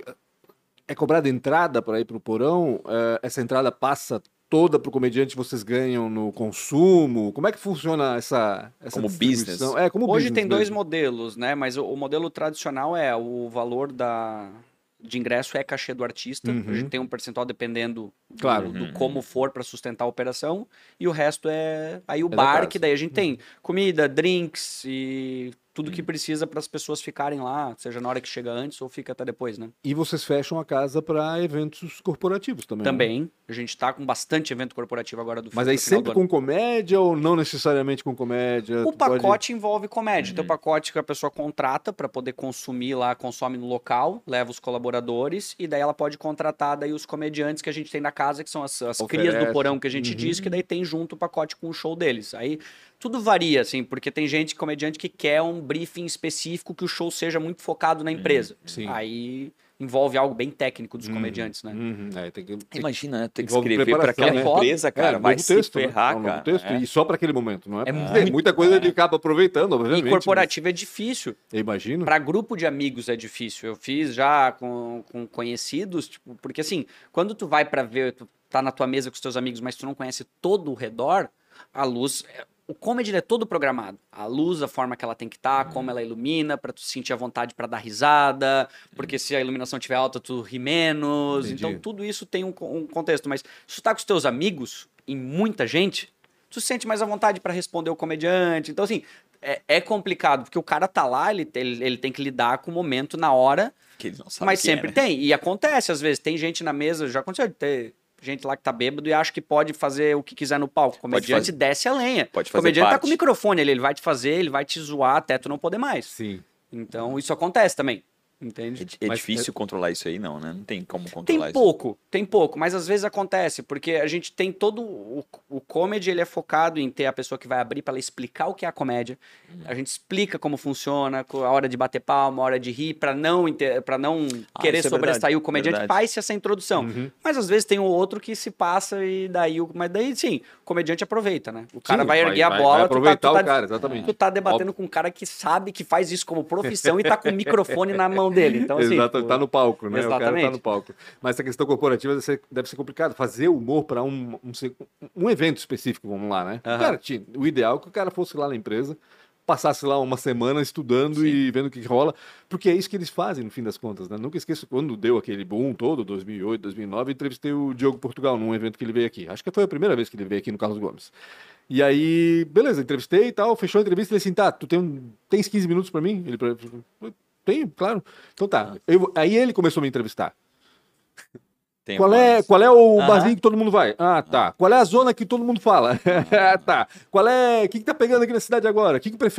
É cobrada entrada para ir para o porão? Essa entrada passa toda para o comediante, vocês ganham no consumo? Como é que funciona essa como business? Como hoje business tem mesmo. 2 modelos, né? Mas o modelo tradicional é o valor de ingresso é cachê do artista. A gente tem um percentual dependendo do como for para sustentar a operação. E o resto é aí o bar, que daí a gente tem comida, drinks e tudo que precisa para as pessoas ficarem lá, seja na hora que chega antes ou fica até depois, né? E vocês fecham a casa para eventos corporativos também. Também. Né? A gente está com bastante evento corporativo agora do Mas aí sempre com comédia ou não necessariamente com comédia? O pacote envolve comédia. Tem o pacote que a pessoa contrata para poder consumir lá, consome no local, leva os colaboradores e daí ela pode contratar daí os comediantes que a gente tem na casa, que são as crias do porão que a gente diz, que daí tem junto o pacote com o show deles. Aí tudo varia, assim, porque tem gente, comediante, que quer um briefing específico que o show seja muito focado na empresa. Aí envolve algo bem técnico dos comediantes, né? Imagina, né? Tem que escrever para aquela empresa, cara. Vai se ferrar, cara. Texto, e só para aquele momento, não é? Muita coisa ele acaba aproveitando, obviamente. E corporativo é difícil. Eu imagino. Para grupo de amigos é difícil. Eu fiz já com conhecidos, tipo, porque assim, quando tu vai para ver, tu tá na tua mesa com os teus amigos, mas tu não conhece todo o redor, a luz... O comedy é todo programado. A luz, a forma que ela tem que estar, como ela ilumina, pra tu sentir a vontade pra dar risada, porque se a iluminação estiver alta, tu ri menos. Entendi. Então, tudo isso tem um contexto. Mas se tu tá com os teus amigos, e muita gente, tu sente mais à vontade pra responder o comediante. Então, assim, é complicado, porque o cara tá lá, ele tem que lidar com o momento na hora, que ele não sabe mas sempre tem. E acontece, às vezes, tem gente na mesa, já aconteceu de ter... gente lá que tá bêbado e acha que pode fazer o que quiser no palco. O comediante desce a lenha. Pode fazer o comediante parte. Tá com o microfone ali, ele vai te fazer, ele vai te zoar até tu não poder mais. Sim. Então isso acontece também. Entende? É difícil controlar isso aí, não, né? Não tem como controlar Tem pouco, mas às vezes acontece, porque a gente tem todo... O comedy, ele é focado em ter a pessoa que vai abrir para ela explicar o que é a comédia. A gente explica como funciona, a hora de bater palma, a hora de rir, para não querer sobressair o comediante, faz essa introdução. Mas às vezes tem um outro que se passa e daí... Mas daí, sim, o comediante aproveita, né? O cara vai erguer a bola... Vai aproveitar o cara, exatamente. Tu tá debatendo com um cara que sabe que faz isso como profissão e tá com o microfone na mão dele. Então, assim, exato, tá no palco, né? Exatamente. O cara tá no palco. Mas essa questão corporativa deve ser complicado. Fazer humor para um evento específico, vamos lá, né? Cara, o ideal é que o cara fosse lá na empresa, passasse lá uma semana estudando e vendo o que rola, porque é isso que eles fazem, no fim das contas, né? Nunca esqueço quando deu aquele boom todo, 2008, 2009, entrevistei o Diogo Portugal num evento que ele veio aqui. Acho que foi a primeira vez que ele veio aqui no Carlos Gomes. E aí, beleza, entrevistei e tal, fechou a entrevista e ele assim, tá, tu tens 15 minutos pra mim? Ele, tenho, claro. Então tá. Aí ele começou a me entrevistar. Qual é o barzinho que todo mundo vai? Ah, tá. Qual é a zona que todo mundo fala? Tá. O que tá pegando aqui na cidade agora?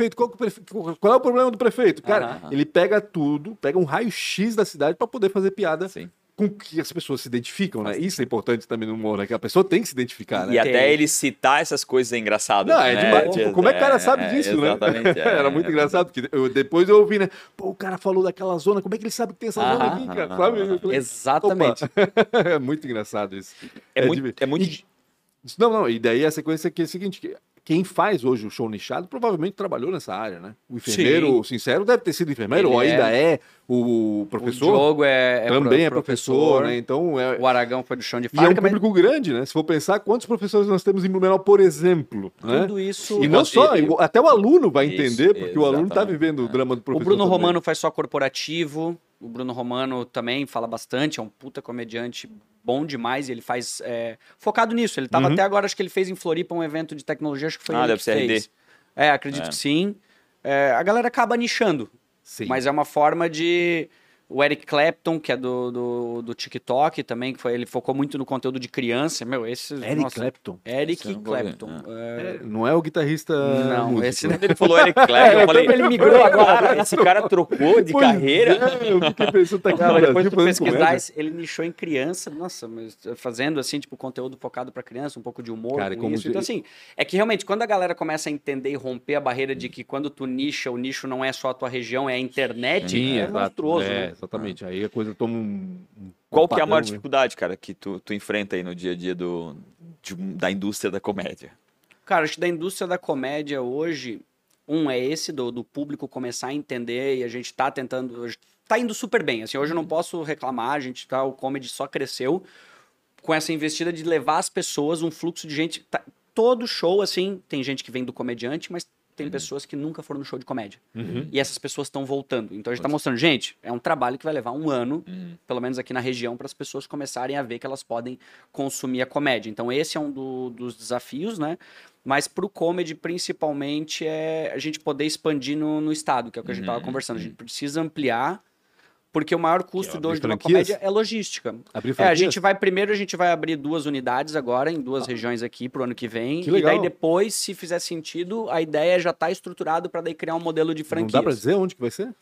Qual é o problema do prefeito? Cara, ele pega tudo, pega um raio-x da cidade para poder fazer piada. Sim. Com que as pessoas se identificam, né? Isso é importante também no humor, né? Que a pessoa tem que se identificar, né? E até ele citar essas coisas é engraçado. Não, demais. Como é que o cara sabe disso, exatamente, né? Era muito engraçado, porque depois eu ouvi, né? Pô, o cara falou daquela zona, como é que ele sabe que tem essa zona aqui, cara? Sabe? Falei, exatamente. É muito engraçado isso. É muito... Não, e daí a sequência aqui é a seguinte, quem faz hoje o show nichado provavelmente trabalhou nessa área, né? O enfermeiro, sincero, deve ter sido enfermeiro, ou ainda é o professor. O Diogo também é professor, né? Então o Aragão foi do chão de fábrica. E é um público grande, né? Se for pensar, quantos professores nós temos em Blumenau, por exemplo. Tudo né? isso... E não só, até o aluno vai entender, porque o aluno está vivendo o drama do professor. O Bruno Romano faz só corporativo. O Bruno Romano também fala bastante, é um puta comediante bom demais, e ele faz focado nisso. Ele tava até agora, acho que ele fez em Floripa um evento de tecnologia, acho que foi ele deve que ser fez. Acredito que sim. A galera acaba nichando, mas é uma forma de... O Eric Clapton, que é do TikTok também, que ele focou muito no conteúdo de criança. Clapton? Eric Clapton. Não é o guitarrista. Não, músico. esse ele falou Eric Clapton. Eu falei, ele migrou agora. Esse cara trocou de carreira. Eu fiquei pensando, tá aqui no depois tu Brasil, pesquisar, ele nichou em criança. Nossa, mas fazendo assim, tipo, conteúdo focado pra criança, um pouco de humor. Cara, com isso. Então, assim, é que realmente, quando a galera começa a entender e romper a barreira de que quando tu nicha, o nicho não é só a tua região, é a internet, é monstruoso. Né? Exatamente. Aí a coisa toma Qual que é a maior dificuldade, cara, que tu enfrenta aí no dia a dia da indústria da comédia? Cara, acho que da indústria da comédia hoje, é esse do público começar a entender, e a gente tá tentando... Tá indo super bem, assim, hoje eu não posso reclamar, o comedy só cresceu com essa investida de levar as pessoas, um fluxo de gente... Todo show, assim, tem gente que vem do comediante, mas tem pessoas que nunca foram no show de comédia. E essas pessoas estão voltando. Então a gente tá mostrando, gente, é um trabalho que vai levar um ano, pelo menos aqui na região, para as pessoas começarem a ver que elas podem consumir a comédia. Então esse é um dos desafios, né? Mas pro comedy, principalmente, é a gente poder expandir no estado, que é o que a gente tava conversando. A gente precisa ampliar, porque o maior custo de hoje de uma comédia é logística. A gente vai abrir 2 unidades agora, em 2 regiões aqui pro ano que vem. E daí depois, se fizer sentido, a ideia já tá estruturado para daí criar um modelo de franquias. Não dá pra dizer onde que vai ser?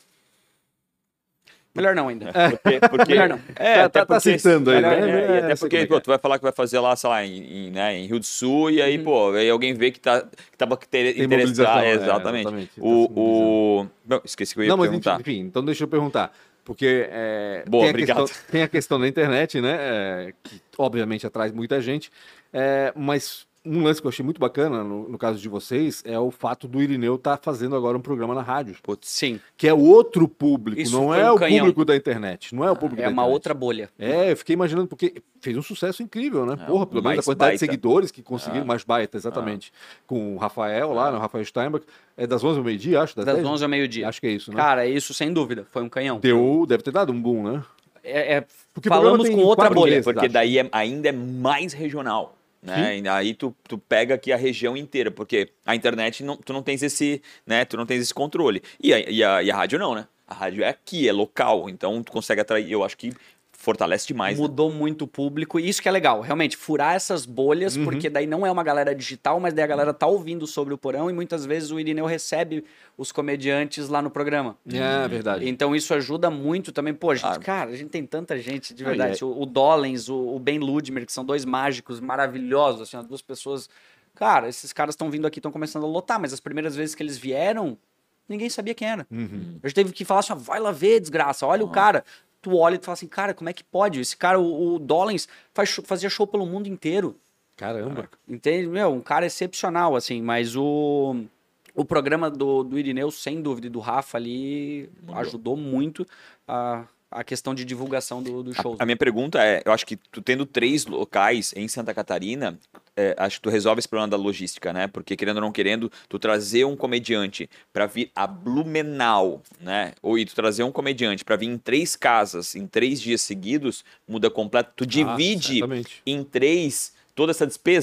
Melhor não ainda. Melhor não. Tá aceitando aí, né? Até porque, tu vai falar que vai fazer lá, sei lá, em Rio do Sul, e aí, aí alguém vê que tava interessado. Exatamente. Não, esqueci que eu ia perguntar. Mas, enfim, então deixa eu perguntar. Porque tem a questão da internet, né? Que obviamente atrai muita gente. Mas um lance que eu achei muito bacana no caso de vocês é o fato do Irineu estar fazendo agora um programa na rádio. Sim. Que é outro público, Isso não é o público da internet. Não é o público da internet. É uma outra bolha. Eu fiquei imaginando, porque fez um sucesso incrível, né? Porra, pelo menos a quantidade de seguidores que conseguiram, mais baita, exatamente. Com o Rafael lá, o Rafael Steinbach. É das 11 ao meio-dia, acho? Das 11 ao meio-dia. Acho que é isso, né? Cara, isso sem dúvida. Foi um canhão. Deve ter dado um boom, né? Porque falamos com outra bolha. Porque daí ainda é mais regional. Né? Aí tu pega aqui a região inteira, porque a internet tu não tens esse, né? Tu não tens esse controle. E a rádio não, né? A rádio é aqui, é local, então tu consegue atrair, eu acho que fortalece demais. Mudou muito o público, e isso que é legal, realmente, furar essas bolhas, porque daí não é uma galera digital, mas daí a galera tá ouvindo sobre o Porão, e muitas vezes o Irineu recebe os comediantes lá no programa. É verdade. Então isso ajuda muito também. Pô, a gente tem tanta gente, de verdade. O Dollens, o Ben Ludmer, que são 2 mágicos maravilhosos, assim, 2 pessoas... Cara, esses caras estão vindo aqui, estão começando a lotar, mas as primeiras vezes que eles vieram, ninguém sabia quem era. A gente teve que falar assim, vai lá ver, desgraça, olha o cara... Tu olha e tu fala assim, cara, como é que pode? Esse cara, o Dollens, fazia show pelo mundo inteiro. Caramba. Entende? Um cara excepcional, assim, mas o programa do Irineu, sem dúvida, e do Rafa ali, ajudou muito a questão de divulgação do show. A minha pergunta é, eu acho que tu tendo 3 locais em Santa Catarina, acho que tu resolve esse problema da logística, né? Porque querendo ou não querendo, tu trazer um comediante para vir a Blumenau, né? Ou tu trazer um comediante para vir em 3 casas, em 3 dias seguidos, muda completo. Tu divide em 3 toda essa despesa.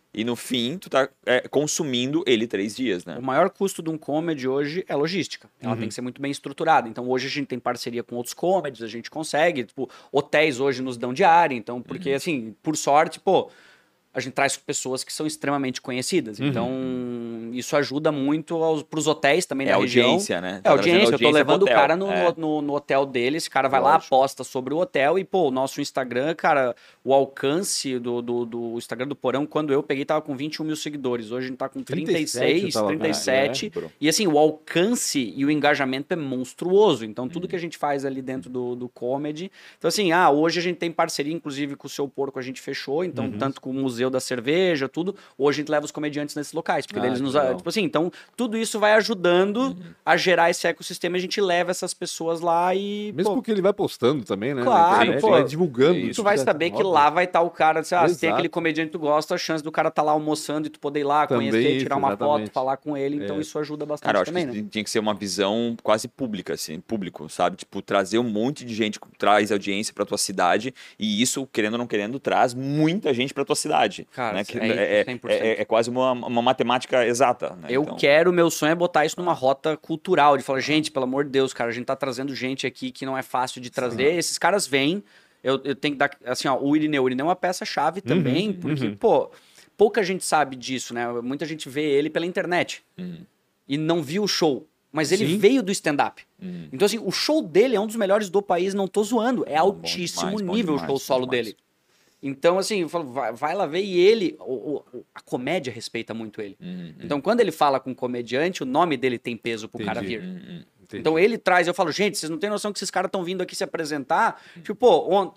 e no fim tu tá consumindo ele 3 dias, né? O maior custo de um comedy hoje é logística. Ela tem que ser muito bem estruturada. Então hoje a gente tem parceria com outros comedies, a gente consegue, tipo, hotéis hoje nos dão diária, então, porque assim, por sorte, pô, a gente traz pessoas que são extremamente conhecidas. Então, isso ajuda muito pros hotéis também da região. Audiência, né? É audiência. Eu tô levando o cara no hotel dele, esse cara vai lá, posta sobre o hotel e, pô, o nosso Instagram, cara, o alcance do Instagram do Porão, quando eu peguei, tava com 21 mil seguidores. Hoje a gente tá com 36, 37. E assim, o alcance e o engajamento é monstruoso. Então, tudo que a gente faz ali dentro do comedy. Então, assim, hoje a gente tem parceria, inclusive, com o Seu Porco, a gente fechou. Então, tanto com o Museu da Cerveja, tudo. Hoje a gente leva os comediantes nesses locais, porque eles nos... Tipo assim, então, tudo isso vai ajudando a gerar esse ecossistema e a gente leva essas pessoas lá e... Mesmo porque ele vai postando também, né? Claro, vai divulgando. E tu vai saber que lá vai estar o cara, se tem aquele comediante que tu gosta, a chance do cara estar lá almoçando e tu poder ir lá, também conhecer, tirar uma foto, falar com ele, então isso ajuda bastante. Cara, eu acho também, que tinha que ser uma visão quase pública, assim, público, sabe? Tipo, trazer um monte de gente que traz audiência pra tua cidade e isso, querendo ou não querendo, traz muita gente pra tua cidade. Cara, né? É quase uma matemática exata. Né? Meu sonho é botar isso numa rota cultural, de falar, gente, pelo amor de Deus, cara, a gente tá trazendo gente aqui que não é fácil de trazer, esses caras vêm, eu tenho que dar, assim, ó, o Irineu é uma peça-chave também, porque, pô, pouca gente sabe disso, né? Muita gente vê ele pela internet e não viu o show. Mas ele veio do stand-up. Então, assim, o show dele é um dos melhores do país, não tô zoando. É altíssimo nível o show solo dele. Então, assim, eu falo, vai lá ver. E ele, a comédia respeita muito ele. Então, quando ele fala com um comediante, o nome dele tem peso pro cara vir. Então, ele traz, eu falo, gente, vocês não têm noção que esses caras estão vindo aqui se apresentar? Tipo, pô,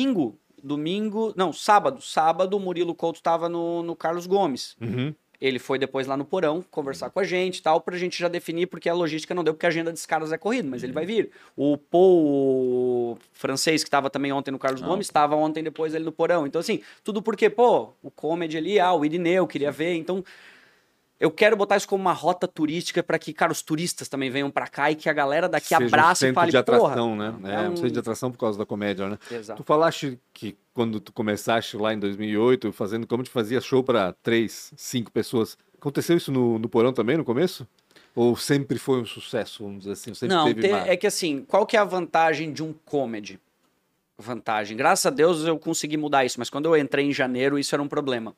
sábado, o Murilo Couto tava no Carlos Gomes. Ele foi depois lá no Porão conversar com a gente e tal, pra gente já definir, porque a logística não deu, porque a agenda desses caras é corrida, mas ele vai vir. O Paul francês, que tava também ontem no Carlos Gomes, estava ontem depois ali no Porão. Então, assim, tudo porque, pô, o comedy ali, o Irineu, queria ver. Então, eu quero botar isso como uma rota turística para que, cara, os turistas também venham para cá e que a galera daqui abrace e fale, de atração, porra, né? Um centro de atração por causa da comédia, né? Exato. Tu falaste que quando tu começaste lá em 2008, fazendo comedy, fazia show para 3, 5 pessoas. Aconteceu isso no Porão também, no começo? Ou sempre foi um sucesso, vamos dizer assim? Sempre teve é que assim, qual que é a vantagem de um comedy? Vantagem. Graças a Deus eu consegui mudar isso, mas quando eu entrei em janeiro, isso era um problema.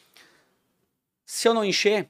Se eu não encher,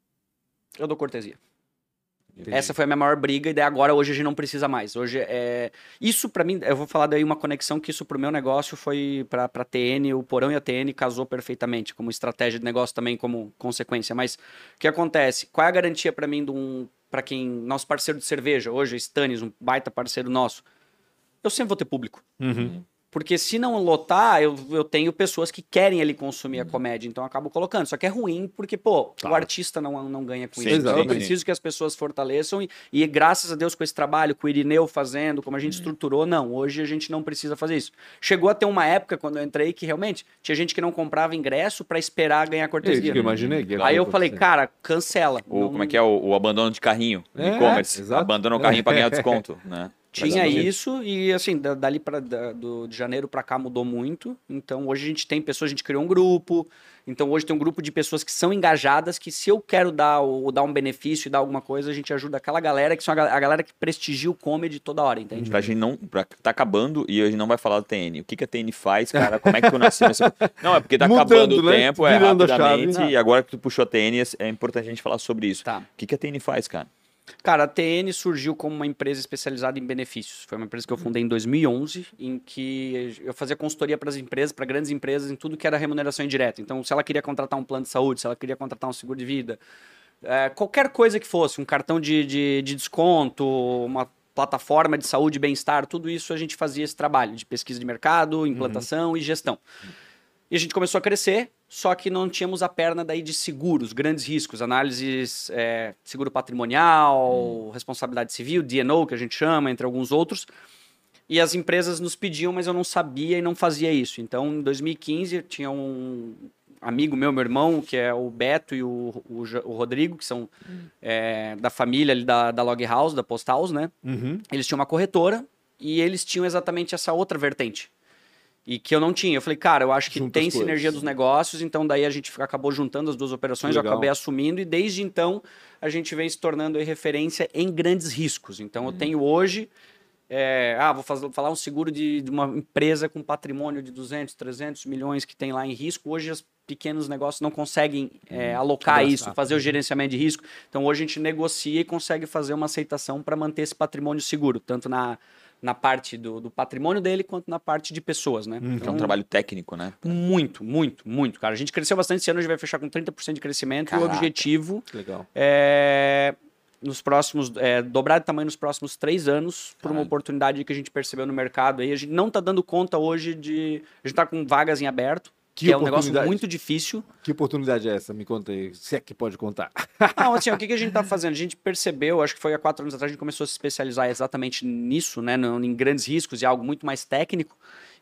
eu dou cortesia. Entendi. Essa foi a minha maior briga e daí agora hoje a gente não precisa mais. Hoje isso pra mim, eu vou falar daí uma conexão que isso pro meu negócio foi pra TN, o Porão e a TN casou perfeitamente, como estratégia de negócio também como consequência. Mas o que acontece? Qual é a garantia pra mim pra quem, nosso parceiro de cerveja, hoje, Stannis, um baita parceiro nosso, eu sempre vou ter público. Porque se não lotar, eu tenho pessoas que querem ali consumir a comédia, então eu acabo colocando. Só que é ruim porque, pô, o artista não ganha com isso. Então eu preciso que as pessoas fortaleçam e graças a Deus com esse trabalho, com o Irineu fazendo, como a gente estruturou, hoje a gente não precisa fazer isso. Chegou a ter uma época, quando eu entrei, que realmente tinha gente que não comprava ingresso pra esperar ganhar cortesia. Isso que eu imaginei. Aí eu falei, cara, cancela. Como é que é o abandono de carrinho, e-commerce. Abandona o carrinho pra ganhar desconto, né? Tinha isso e assim, dali de janeiro pra cá mudou muito. Então hoje a gente tem pessoas, a gente criou um grupo. Então hoje tem um grupo de pessoas que são engajadas, que se eu quero dar um benefício e dar alguma coisa, a gente ajuda aquela galera que são a galera que prestigia o comedy toda hora, entende? Pra gente não... Tá acabando e a gente não vai falar do TN. O que a TN faz, cara? Como é que tu nasceu nesse... Não, é porque tá acabando o tempo, rapidamente. E agora que tu puxou a TN, é importante a gente falar sobre isso. Tá. O que a TN faz, cara? Cara, a TN surgiu como uma empresa especializada em benefícios. Foi uma empresa que eu fundei em 2011, em que eu fazia consultoria para as empresas, para grandes empresas, em tudo que era remuneração indireta. Então, se ela queria contratar um plano de saúde, se ela queria contratar um seguro de vida, qualquer coisa que fosse, um cartão de desconto, uma plataforma de saúde e bem-estar, tudo isso a gente fazia esse trabalho de pesquisa de mercado, implantação e gestão. E a gente começou a crescer, só que não tínhamos a perna daí de seguros, grandes riscos, análises, seguro patrimonial, responsabilidade civil, D&O, que a gente chama, entre alguns outros. E as empresas nos pediam, mas eu não sabia e não fazia isso. Então, em 2015, tinha um amigo meu irmão, que é o Beto e o Rodrigo, que são da família ali da Log House, da Post House, né? Eles tinham uma corretora e eles tinham exatamente essa outra vertente. E que eu não tinha. Eu falei, cara, eu acho que tem sinergia dos negócios, então daí a gente acabou juntando as duas operações, eu acabei assumindo, e desde então a gente vem se tornando aí referência em grandes riscos. Então eu tenho hoje, vou falar um seguro de uma empresa com patrimônio de 200, 300 milhões que tem lá em risco. Hoje os pequenos negócios não conseguem alocar isso, fazer o gerenciamento de risco. Então hoje a gente negocia e consegue fazer uma aceitação para manter esse patrimônio seguro, tanto na parte do patrimônio dele, quanto na parte de pessoas, né? Então, é um trabalho técnico, né? Muito, muito, muito, cara. A gente cresceu bastante esse ano, a gente vai fechar com 30% de crescimento. Caraca. E o objetivo é nos próximos, dobrar de tamanho nos próximos 3 anos, por uma oportunidade que a gente percebeu no mercado. Aí a gente não tá dando conta hoje de... A gente tá com vagas em aberto, que é um negócio muito difícil. Que oportunidade é essa? Me conta aí, se é que pode contar. Não, assim, o que a gente tá fazendo? A gente percebeu, acho que foi há 4 anos atrás, a gente começou a se especializar exatamente nisso, né? Em grandes riscos e algo muito mais técnico.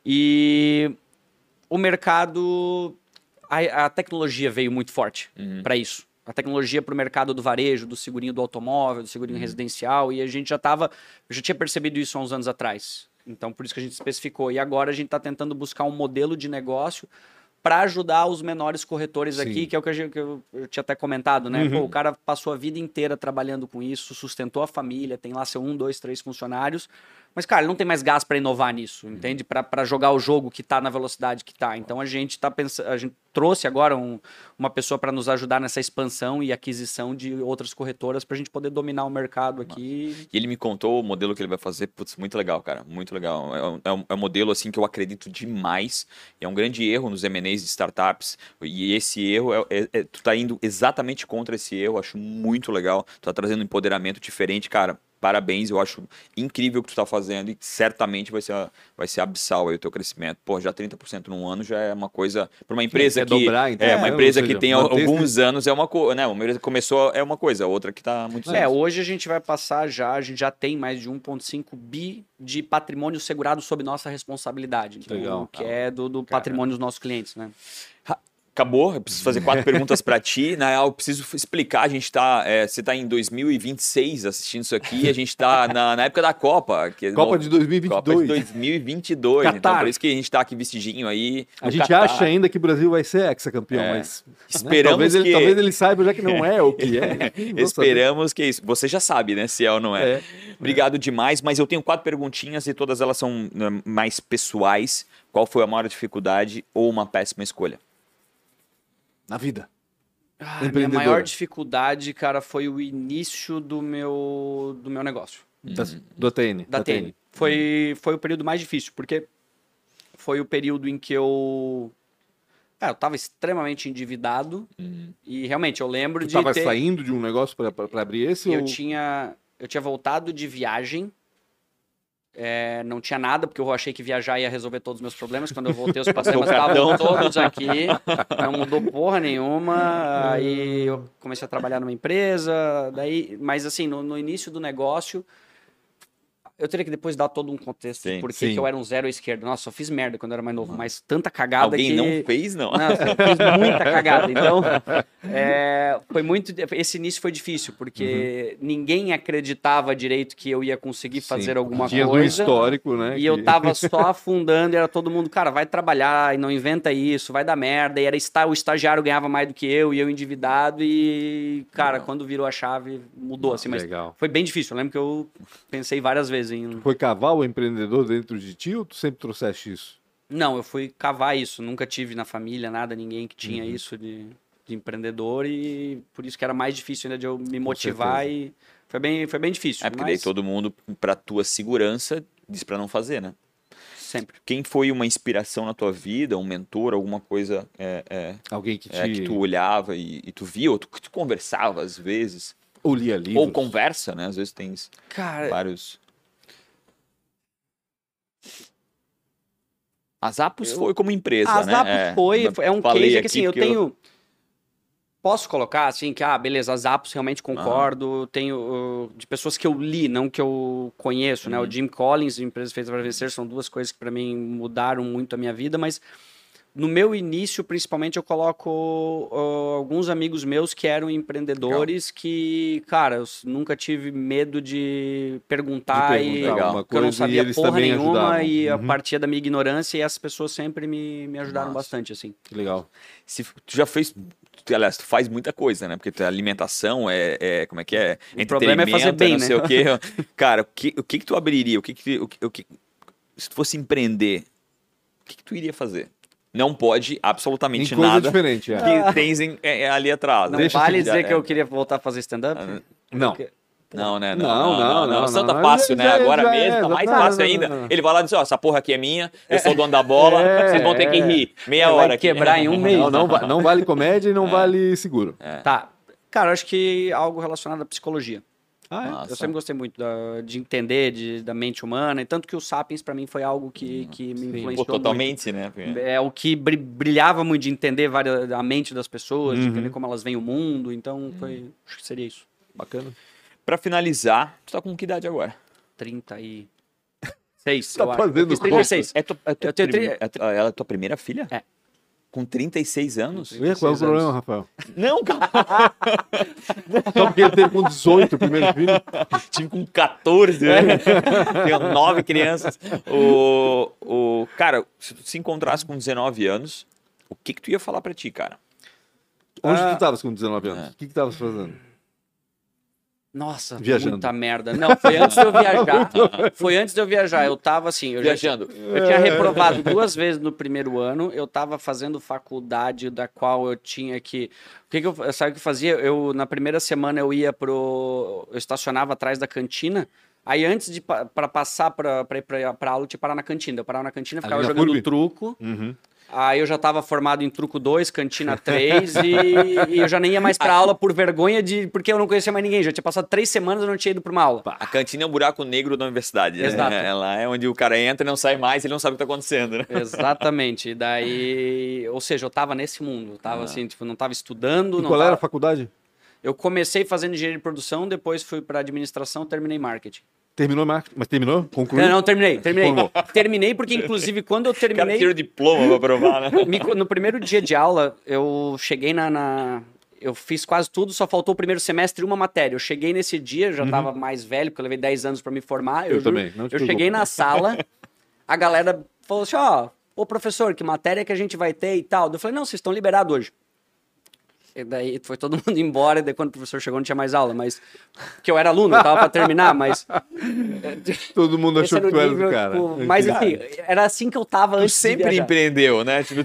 E o mercado... A tecnologia veio muito forte para isso. A tecnologia para o mercado do varejo, do segurinho do automóvel, do segurinho residencial. E a gente já tinha percebido isso há uns anos atrás. Então, por isso que a gente especificou. E agora a gente está tentando buscar um modelo de negócio para ajudar os menores corretores aqui, que é o que eu tinha até comentado, né? Pô, o cara passou a vida inteira trabalhando com isso, sustentou a família, tem lá seu 1, 2, 3 funcionários, mas, cara, ele não tem mais gás para inovar nisso, entende? Para jogar o jogo que tá na velocidade que tá. Então, a gente tá pensando, a gente trouxe agora uma pessoa para nos ajudar nessa expansão e aquisição de outras corretoras para a gente poder dominar o mercado aqui. E ele me contou o modelo que ele vai fazer, putz, muito legal, cara, muito legal. É um modelo, assim, que eu acredito demais. É um grande erro nos M&As de startups, e esse erro, tu tá indo exatamente contra esse erro, acho muito legal. Tu tá trazendo um empoderamento diferente, cara. Parabéns, eu acho incrível o que tu tá fazendo e certamente vai ser abissal aí o teu crescimento. Pô, já 30% num ano já é uma coisa... Para uma empresa que... Dobrar, então, uma empresa que tem alguns anos é uma coisa... Né? Uma empresa que começou é uma coisa, outra que tá muito... Hoje a gente vai passar a gente já tem mais de 1,5 bi de patrimônio segurado sob nossa responsabilidade. Então, legal. Que é do patrimônio dos nossos clientes, né? Acabou, eu preciso fazer 4 perguntas para ti. Na real, eu preciso explicar. A gente tá. Você tá em 2026 assistindo isso aqui. A gente tá na época da Copa. Copa de 2022. Copa de 2022. Qatar. Então, por isso que a gente tá aqui vestidinho aí. A gente acha ainda que o Brasil vai ser hexacampeão, mas. Esperamos né? Talvez ele saiba já que não é o que é. Esperamos que isso. Você já sabe, né? Se é ou não é. Obrigado demais. Mas eu tenho 4 perguntinhas e todas elas são mais pessoais. Qual foi a maior dificuldade ou uma péssima escolha? Na vida. Minha maior dificuldade, cara, foi o início do meu negócio. Do ATN. Da ATN. Foi o período mais difícil, porque foi o período em que eu tava extremamente endividado e realmente eu lembro de tava saindo de um negócio para abrir esse? Eu tinha voltado de viagem. Não tinha nada, porque eu achei que viajar ia resolver todos os meus problemas. Quando eu voltei, os problemas estavam todos aqui. Não mudou porra nenhuma. Aí eu comecei a trabalhar numa empresa. Mas assim, no início do negócio, eu teria que depois dar todo um contexto de por que eu era um zero à esquerda. Nossa, eu fiz merda quando eu era mais novo, mas tanta cagada Alguém não fez, não? Nossa, eu fiz muita cagada. Então, foi muito... Esse início foi difícil, porque ninguém acreditava direito que eu ia conseguir fazer alguma coisa. Tinha um histórico, né? E eu tava só afundando, e era todo mundo, cara, vai trabalhar e não inventa isso, vai dar merda. E era o estagiário ganhava mais do que eu, e eu endividado. E, cara, quando virou a chave, mudou, assim. Mas foi bem difícil. Eu lembro que eu pensei várias vezes. Foi cavar o empreendedor dentro de ti ou tu sempre trouxeste isso? Não, eu fui cavar isso. Nunca tive na família nada, ninguém que tinha isso de empreendedor, e por isso que era mais difícil ainda de eu me motivar, e foi bem difícil. Porque daí todo mundo, pra tua segurança, diz pra não fazer, né? Sempre. Quem foi uma inspiração na tua vida, um mentor, alguma coisa alguém que tu olhava e tu via, ou que tu conversava às vezes? Ou lia livros. Ou conversa, né? Às vezes tem vários... A Zappos foi como empresa, né? A Zappos foi um case que assim, eu tenho... Posso colocar assim que, beleza, a Zappos realmente concordo, tenho de pessoas que eu li, não que eu conheço, né? O Jim Collins e Empresas Feitas para Vencer são duas coisas que para mim mudaram muito a minha vida, mas no meu início, principalmente, eu coloco alguns amigos meus que eram empreendedores que, cara, eu nunca tive medo de perguntar porque eu não sabia porra nenhuma e a partir da minha ignorância e as pessoas sempre me ajudaram bastante, assim. Que legal. Tu já fez... Aliás, tu faz muita coisa, né? Porque a alimentação como é que é? O problema é fazer bem, não né? sei o quê. Cara, o que tu abriria? Se tu fosse empreender, o que tu iria fazer? Não pode absolutamente coisa nada diferente, que tens ali atrás. Não vale dizer que eu queria voltar a fazer stand-up? Não. Porque... Não, né? Não. Isso tá fácil, né? Agora mesmo, tá mais fácil ainda. Ele vai lá e diz, essa porra aqui é minha, eu sou o dono da bola, vocês vão ter que rir. Meia hora aqui. Quebrar em um mês. Não vale comédia e não vale seguro. Tá. Cara, eu acho que algo relacionado à psicologia. Nossa. Eu sempre gostei muito de entender da mente humana, e tanto que o Sapiens pra mim foi algo que me influenciou totalmente, muito. Né? É o que brilhava muito de entender a mente das pessoas, de entender como elas veem o mundo, então acho que seria isso. Bacana. Pra finalizar, tu tá com que idade agora? 36. Tá fazendo 36. Ela é tua primeira filha? É. Com 36 anos? Qual é o problema, Rafael? Não, cara. Só porque ele teve com 18 o primeiro filho. Tive com 14, né? Tenho 9 crianças. Cara, se tu se encontrasse com 19 anos, o que tu ia falar pra ti, cara? Onde tu estavas com 19 anos? O que tu estavas fazendo? Nossa, viajando. Muita merda. Não, foi antes de eu viajar. Foi antes de eu viajar. Eu tava assim... Viajando. Eu tinha reprovado 2 vezes no primeiro ano. Eu tava fazendo faculdade da qual eu tinha que... Sabe o que eu fazia? Na primeira semana, eu ia eu estacionava atrás da cantina. Aí, antes de passar pra ir pra aula, eu tinha que parar na cantina. Eu parava na cantina, ficava jogando truco. Aí eu já estava formado em truco 2, cantina 3 e eu já nem ia mais pra aula por vergonha porque eu não conhecia mais ninguém. Já tinha passado 3 semanas e eu não tinha ido pra uma aula. A cantina é um buraco negro da universidade. Exato. Né? Ela é onde o cara entra e não sai mais, ele não sabe o que tá acontecendo. Né? Exatamente. Daí, ou seja, eu tava nesse mundo. Eu tava assim, tipo, não tava estudando. Qual era a faculdade? Eu comecei fazendo engenharia de produção, depois fui pra administração, terminei marketing. Terminou marketing? Mas terminou? Concluiu? Não, terminei. Terminei porque, inclusive, quando eu terminei... O cara tira o diploma pra provar, né? No primeiro dia de aula, eu cheguei eu fiz quase tudo, só faltou o primeiro semestre e uma matéria. Eu cheguei nesse dia, já tava mais velho, porque eu levei 10 anos pra me formar. Eu também. Eu cheguei na sala, a galera falou assim, ô professor, que matéria que a gente vai ter e tal? Eu falei, não, vocês estão liberados hoje. E daí foi todo mundo embora, e daí quando o professor chegou não tinha mais aula, mas... Porque eu era aluno, eu tava pra terminar, mas... Todo mundo achou que tu era do cara. Tipo, mas enfim, era assim que eu tava antes de viajar. Tu sempre empreendeu, né? Tipo,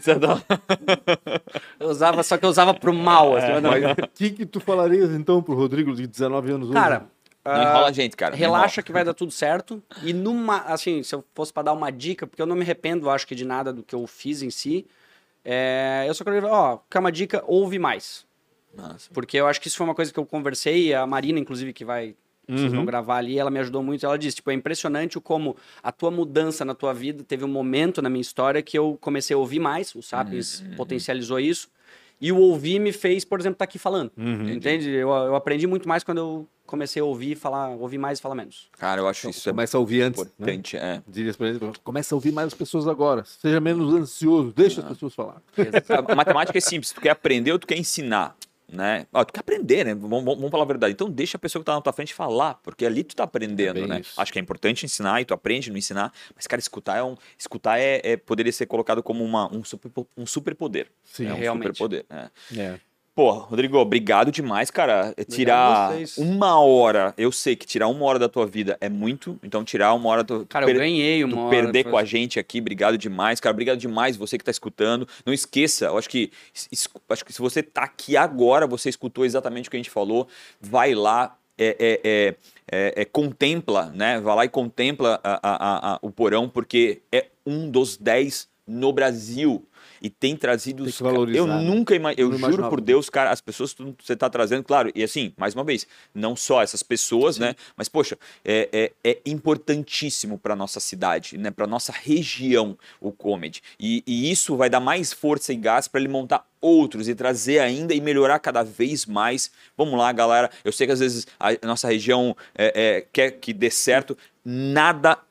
só que eu usava pro mal. Assim, mas o que tu falarias então pro Rodrigo de 19 anos hoje? Cara... Não enrola a gente, cara. Relaxa que vai dar tudo certo. E assim, se eu fosse pra dar uma dica, porque eu não me arrependo, acho que de nada do que eu fiz em si... eu só quero dizer, quer uma dica, ouve mais. Nossa. Porque eu acho que isso foi uma coisa que eu conversei, a Marina, inclusive, vocês vão gravar ali, ela me ajudou muito. Ela disse, é impressionante como a tua mudança na tua vida teve um momento na minha história que eu comecei a ouvir mais, o Sapiens potencializou isso, e o ouvir me fez, por exemplo, estar aqui falando. Entende? Eu aprendi muito mais quando eu comecei a ouvir mais e falar menos. Cara, eu acho isso começa a ouvir antes, importante, né? Diria pra ele, começa a ouvir mais as pessoas agora. Seja menos ansioso, deixa as pessoas falar. A matemática é simples, tu quer aprender ou tu quer ensinar, né? Tu quer aprender, né? Vamos falar a verdade. Então deixa a pessoa que tá na tua frente falar, porque ali tu tá aprendendo, né? Isso. Acho que é importante ensinar e tu aprende no ensinar, mas, cara, escutar poderia ser colocado como um superpoder. Sim, realmente. Superpoder, né? Pô, Rodrigo, obrigado demais, cara. Tirar 1 hora, eu sei que tirar 1 hora da tua vida é muito, então tirar 1 hora... Cara, eu ganhei 1 hora. Perder com a gente aqui, obrigado demais, cara. Obrigado demais você que tá escutando. Não esqueça, eu acho que se você tá aqui agora, você escutou exatamente o que a gente falou, vai lá, contempla, né? Vai lá e contempla o Porão, porque é um dos 10 no Brasil. E tem trazido... Tem que valorizar, eu nunca eu juro por Deus, cara, as pessoas que você está trazendo, claro, e assim, mais uma vez, não só essas pessoas, né? Mas, poxa, é importantíssimo para nossa cidade, né? Para nossa região, o comedy. E isso vai dar mais força e gás para ele montar outros e trazer ainda e melhorar cada vez mais. Vamos lá, galera. Eu sei que às vezes a nossa região quer que dê certo. Nada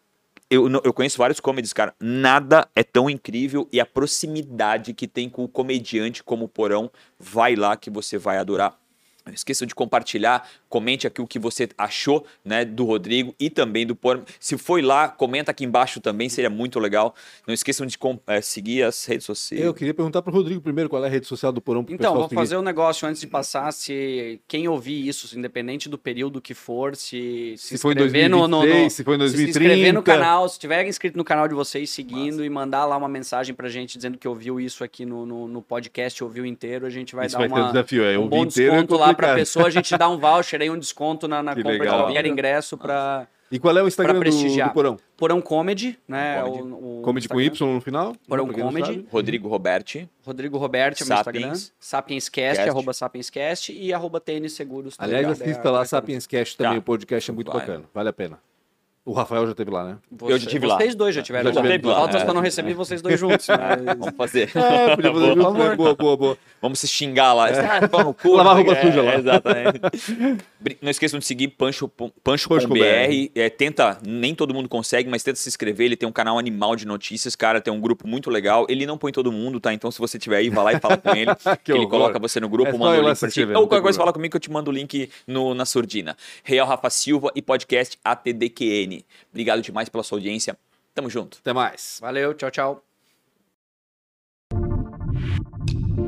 eu conheço vários comedies, cara. Nada é tão incrível e a proximidade que tem com o comediante como o Porão, vai lá que você vai adorar. Não esqueça de compartilhar, comente aqui o que você achou, né, do Rodrigo e também do Porão. Se foi lá, comenta aqui embaixo também, seria muito legal. Não esqueçam de seguir as redes sociais. Eu queria perguntar para o Rodrigo primeiro qual é a rede social do Porão. Então, vou fazer um negócio antes de passar, se quem ouvir isso, independente do período que for, se foi em 2023, se foi em 2030. Se inscrever no canal, se tiver inscrito no canal de vocês, seguindo, e mandar lá uma mensagem pra gente dizendo que ouviu isso aqui no podcast, ouviu inteiro, a gente vai dar um desafio, um bom desconto lá pra pessoa, a gente dá um voucher aí, um desconto na compra de qualquer ingresso pra... E qual é o Instagram do Porão? Porão Comedy, né? Comedy com Y no final? Porão Comedy. Rodrigo Roberti. Rodrigo Roberti é o meu Instagram. Sapienscast, @sapienscast e @TN Seguros. Aliás, assista lá Sapienscast também, o podcast é muito bacana, vale a pena. O Rafael já esteve lá, né? Eu já estive lá. Vocês dois já tiveram. Falta só não receber vocês dois juntos. Mas... Vamos fazer. Podia fazer juntos, né? Boa. Vamos se xingar lá. No cu, lavar roupa suja lá. Exatamente. Não esqueçam de seguir Pancho com BR. Tenta, nem todo mundo consegue, mas tenta se inscrever. Ele tem um canal animal de notícias, cara. Tem um grupo muito legal. Ele não põe todo mundo, tá? Então, se você tiver aí, vai lá e fala com ele. que ele coloca você no grupo, manda o link pra ti. Ou qualquer coisa, fala comigo que eu te mando o link na surdina. Real Rafa Silva e podcast ATDQN. Obrigado demais pela sua audiência. Tamo junto. Até mais. Valeu, tchau.